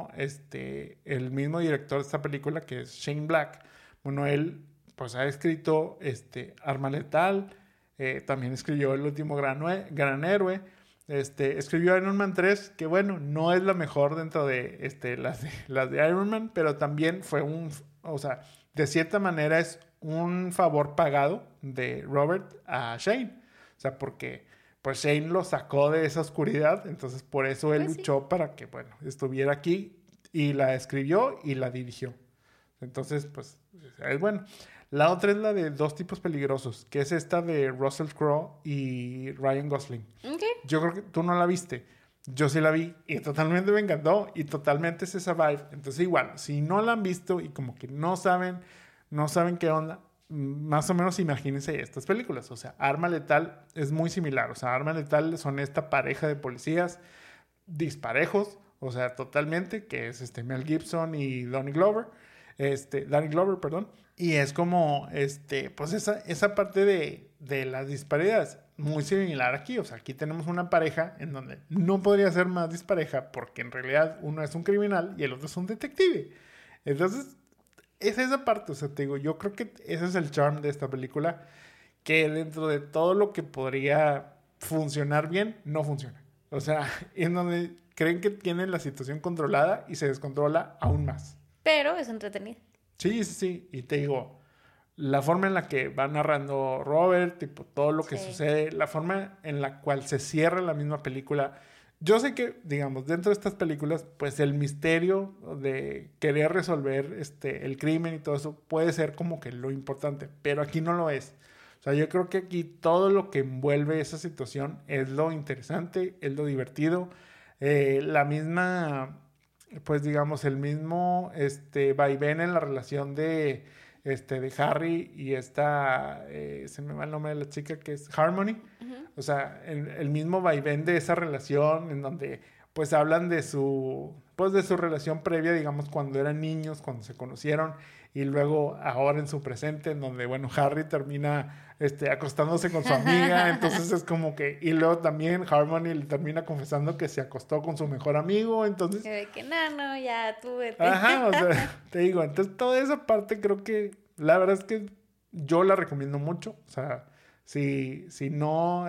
el mismo director de esta película, que es Shane Black, bueno, él pues ha escrito Arma Letal, también escribió El último gran héroe, escribió Iron Man 3, que bueno, no es la mejor dentro de, las de Iron Man, pero también fue o sea, de cierta manera es un favor pagado de Robert a Shane. O sea, porque pues Shane lo sacó de esa oscuridad, entonces por eso él
pues sí.
luchó para que, bueno, estuviera aquí y la escribió y la dirigió. Entonces, pues, es bueno. La otra es la de Dos tipos peligrosos, que es esta de Russell Crowe y Ryan Gosling.
Ok.
Yo creo que tú no la viste. Yo sí la vi y totalmente me encantó y totalmente es esa vibe. Entonces igual, si no la han visto y como que no saben qué onda, más o menos imagínense estas películas. O sea, Arma Letal es muy similar. O sea, Arma Letal son esta pareja de policías disparejos, o sea, totalmente, que es Mel Gibson y Danny Glover, perdón. Y es como, pues esa parte de las disparidades, muy similar aquí. O sea, aquí tenemos una pareja en donde no podría ser más dispareja porque en realidad uno es un criminal y el otro es un detective. Entonces, es esa parte, o sea, te digo, yo creo que ese es el charm de esta película, que dentro de todo lo que podría funcionar bien, no funciona. O sea, en donde creen que tienen la situación controlada y se descontrola aún más.
Pero es entretenido.
Sí, sí, sí. Y te digo, la forma en la que va narrando Robert, tipo todo lo que
Sí.
sucede, la forma en la cual se cierra la misma película. Yo sé que, digamos, dentro de estas películas, pues el misterio de querer resolver el crimen y todo eso puede ser como que lo importante, pero aquí no lo es. O sea, yo creo que aquí todo lo que envuelve esa situación es lo interesante, es lo divertido. La misma, pues digamos, el mismo vaivén en la relación de Harry y se me va el nombre de la chica que es Harmony.
Ujú.
O sea, el mismo vaivén de esa relación en donde pues hablan pues de su relación previa, digamos, cuando eran niños, cuando se conocieron, y luego ahora en su presente, en donde, bueno, Harry termina acostándose con su amiga, entonces es como que, y luego también Harmony le termina confesando que se acostó con su mejor amigo,
Y
entonces,
de que no, ya tú vete.
ajá, o sea, te digo, entonces toda esa parte creo que, la verdad es que yo la recomiendo mucho, o sea, si no,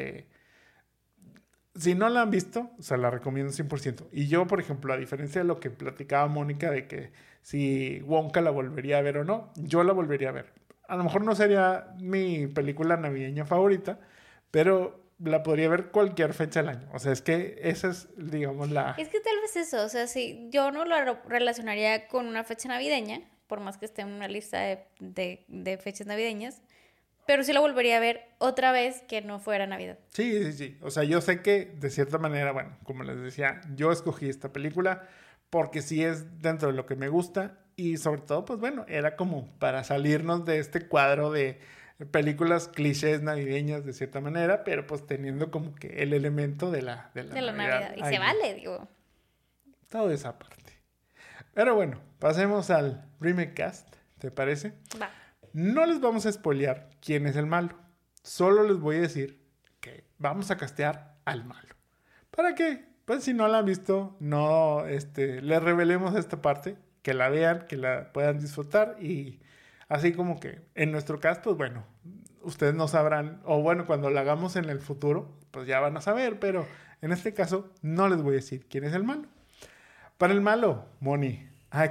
si no la han visto, o sea, la recomiendo 100%. Y yo, por ejemplo, a diferencia de lo que platicaba Mónica de que si Wonka la volvería a ver o no, yo la volvería a ver. A lo mejor no sería mi película navideña favorita, pero la podría ver cualquier fecha del año. O sea, es que esa es, digamos,
Es que tal vez eso, o sea, si yo no lo relacionaría con una fecha navideña, por más que esté en una lista de fechas navideñas, pero sí la volvería a ver otra vez que no fuera Navidad.
Sí, sí, sí. O sea, yo sé que de cierta manera, bueno, como les decía, yo escogí esta película porque sí es dentro de lo que me gusta y sobre todo, pues bueno, era como para salirnos de este cuadro de películas clichés navideñas de cierta manera, pero pues teniendo como que el elemento de la
De la
Navidad
Navidad. Y se
ahí,
vale, digo.
toda esa parte. Pero bueno, pasemos al remake cast, ¿te parece?
Va.
No les vamos a spoilear quién es el malo. Solo les voy a decir que vamos a castear al malo. ¿Para qué? Pues si no la han visto, no les revelemos esta parte. que la vean, que la puedan disfrutar y así como que en nuestro caso, pues bueno, ustedes no sabrán, o bueno, cuando la hagamos en el futuro, pues ya van a saber, pero en este caso no les voy a decir quién es el malo. Para el malo, Moni,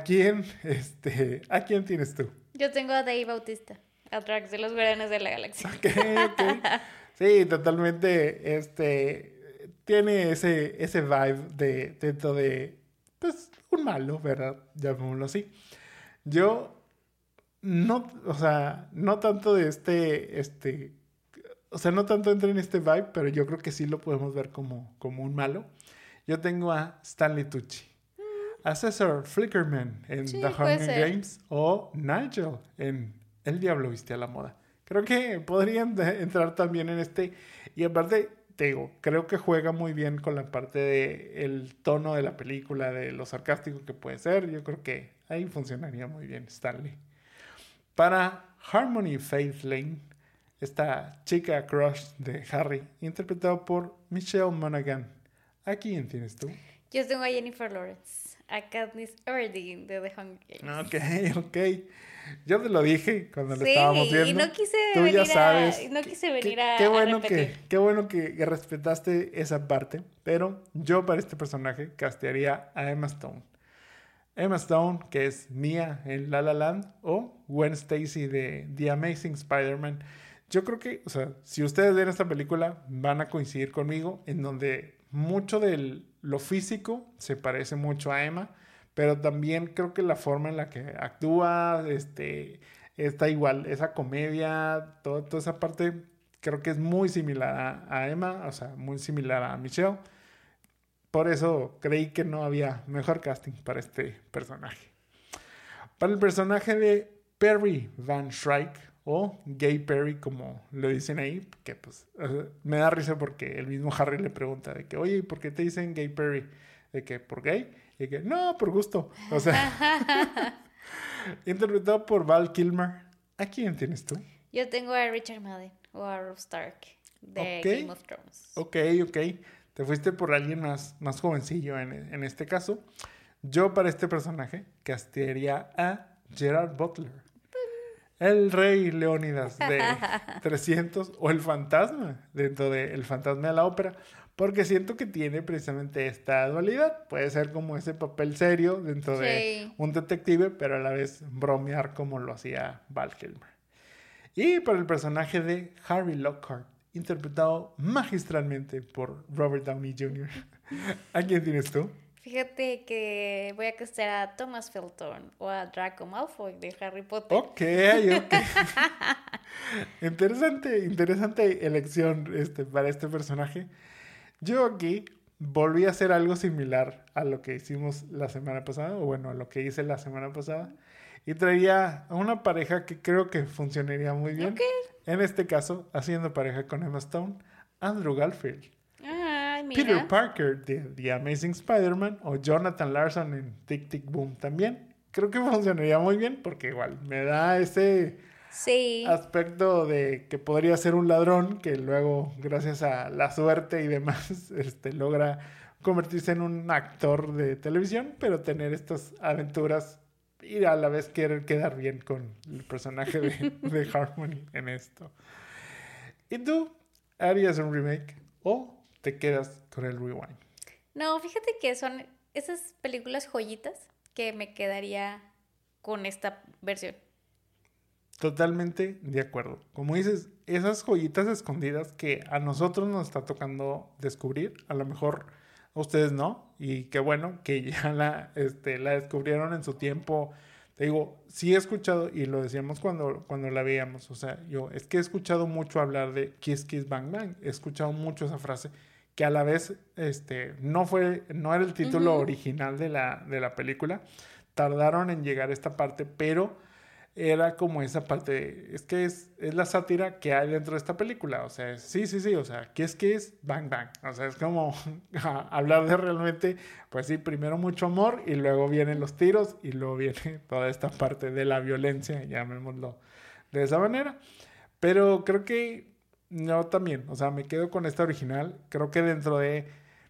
¿a quién tienes tú?
Yo tengo a Dave Bautista, a Drax de los Guardianes de la Galaxia.
Ok, ok. Sí, totalmente, tiene ese vibe dentro de, pues, un malo, ¿verdad? Llamémoslo así. Yo no, o sea, no tanto o sea, no tanto entra en este vibe, pero yo creo que sí lo podemos ver como un malo. Yo tengo a Stanley Tucci, a Cesar Flickerman en
Sí,
The
puede
Hunger
ser.
Games o Nigel en El Diablo Viste a la Moda. Creo que podrían entrar también en y aparte, te digo, creo que juega muy bien con la parte del tono de la película, de lo sarcástico que puede ser. Yo creo que ahí funcionaría muy bien Stanley. Para Harmony Faith Lane, esta chica crush de Harry, interpretado por Michelle Monaghan. ¿A quién tienes tú?
Yo tengo a Jennifer Lawrence, a Katniss Everdeen de The Hunger Games.
Ok, ok. Yo te lo dije cuando lo
Sí,
estábamos viendo.
y no quise
Tú ya sabes.
venir a,
Qué
a
bueno
repetir.
qué bueno que respetaste esa parte. Pero yo para este personaje castearía a Emma Stone. Emma Stone, que es Mia en La La Land, o Gwen Stacy de The Amazing Spider-Man. Yo creo que, o sea, si ustedes ven esta película, van a coincidir conmigo en donde mucho de lo físico se parece mucho a Emma, pero también creo que la forma en la que actúa, está igual, esa comedia, toda esa parte, creo que es muy similar a Emma, o sea, muy similar a Michelle. Por eso creí que no había mejor casting para este personaje. Para el personaje de Perry Van Shrike, o Gay Perry, como lo dicen ahí, que pues me da risa porque el mismo Harry le pregunta de que, oye, ¿y por qué te dicen Gay Perry? De que, ¿por gay? Y de que, no, por gusto. O sea, interpretado por Val Kilmer. ¿A quién tienes tú?
Yo tengo a Richard Madden o a Robb Stark de
Ok,
Game of Thrones.
ok. Te fuiste por alguien más jovencillo en este caso. Yo para este personaje castearía a Gerard Butler. El rey Leónidas de 300 o el fantasma dentro de El fantasma de la ópera, porque siento que tiene precisamente esta dualidad. Puede ser como ese papel serio dentro de
Sí.
un detective, pero a la vez bromear como lo hacía Val Kilmer. Y para el personaje de Harry Lockhart, interpretado magistralmente por Robert Downey Jr. ¿A quién tienes tú?
Fíjate que voy a castear a Thomas Felton o a Draco Malfoy de Harry Potter.
Ok. Interesante elección para este personaje. Yo aquí volví a hacer algo similar a lo que hicimos la semana pasada, o bueno, a lo que hice la semana pasada, y traía a una pareja que creo que funcionaría muy bien.
Ok.
En este caso, haciendo pareja con Emma Stone, Andrew Garfield,
Ay,
Peter
mira.
Parker de The Amazing Spider-Man o Jonathan Larson en Tic Tic Boom también. Creo que funcionaría muy bien porque igual me da ese
Sí.
aspecto de que podría ser un ladrón que luego, gracias a la suerte y demás, logra convertirse en un actor de televisión, pero tener estas aventuras y a la vez querer quedar bien con el personaje de Harmony en esto. ¿Y tú harías un remake o te quedas con el rewind?
No, fíjate que son esas películas joyitas que me quedaría con esta versión.
Totalmente de acuerdo. Como dices, esas joyitas escondidas que a nosotros nos está tocando descubrir, a lo mejor a ustedes no, y qué bueno que ya la descubrieron en su tiempo. Te digo, sí he escuchado, y lo decíamos cuando la veíamos, o sea, es que he escuchado mucho hablar de Kiss Kiss Bang Bang, he escuchado mucho esa frase, que a la vez no era el título
Ujú.
original de la película, tardaron en llegar a esta parte, pero era como esa parte, es que es la sátira que hay dentro de esta película, o sea, sí, o sea, ¿qué es? Bang Bang, o sea, es como hablar de realmente, pues sí, primero mucho amor y luego vienen los tiros y luego viene toda esta parte de la violencia, llamémoslo de esa manera, pero creo que no también, o sea, me quedo con esta original, creo que dentro de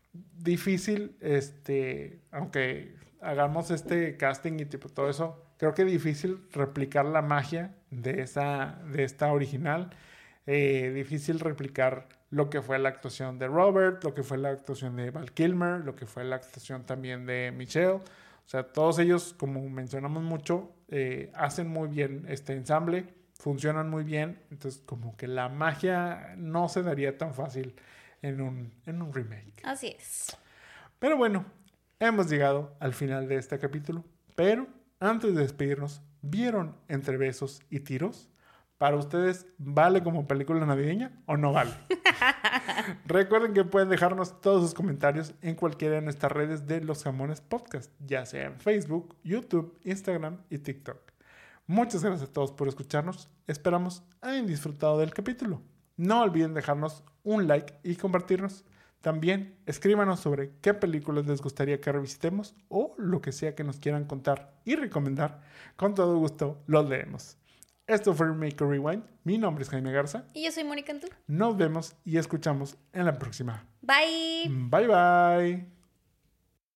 difícil, aunque hagamos este casting y tipo todo eso, creo que difícil replicar la magia de esta original. Difícil replicar lo que fue la actuación de Robert, lo que fue la actuación de Val Kilmer, lo que fue la actuación también de Michelle. O sea, todos ellos, como mencionamos mucho, hacen muy bien este ensamble, funcionan muy bien. Entonces, como que la magia no se daría tan fácil en un remake.
Así es.
Pero bueno, hemos llegado al final de este capítulo. Pero antes de despedirnos, ¿vieron Entre Besos y Tiros? ¿Para ustedes vale como película navideña o no vale? Recuerden que pueden dejarnos todos sus comentarios en cualquiera de nuestras redes de Los Jamones Podcast, ya sea en Facebook, YouTube, Instagram y TikTok. Muchas gracias a todos por escucharnos. Esperamos hayan disfrutado del capítulo. No olviden dejarnos un like y compartirnos. También escríbanos sobre qué películas les gustaría que revisitemos o lo que sea que nos quieran contar y recomendar. Con todo gusto los leemos. Esto fue Remake or Rewind. Mi nombre es Jaime Garza.
Y yo soy Mónica Antú.
Nos vemos y escuchamos en la próxima.
Bye.
Bye bye.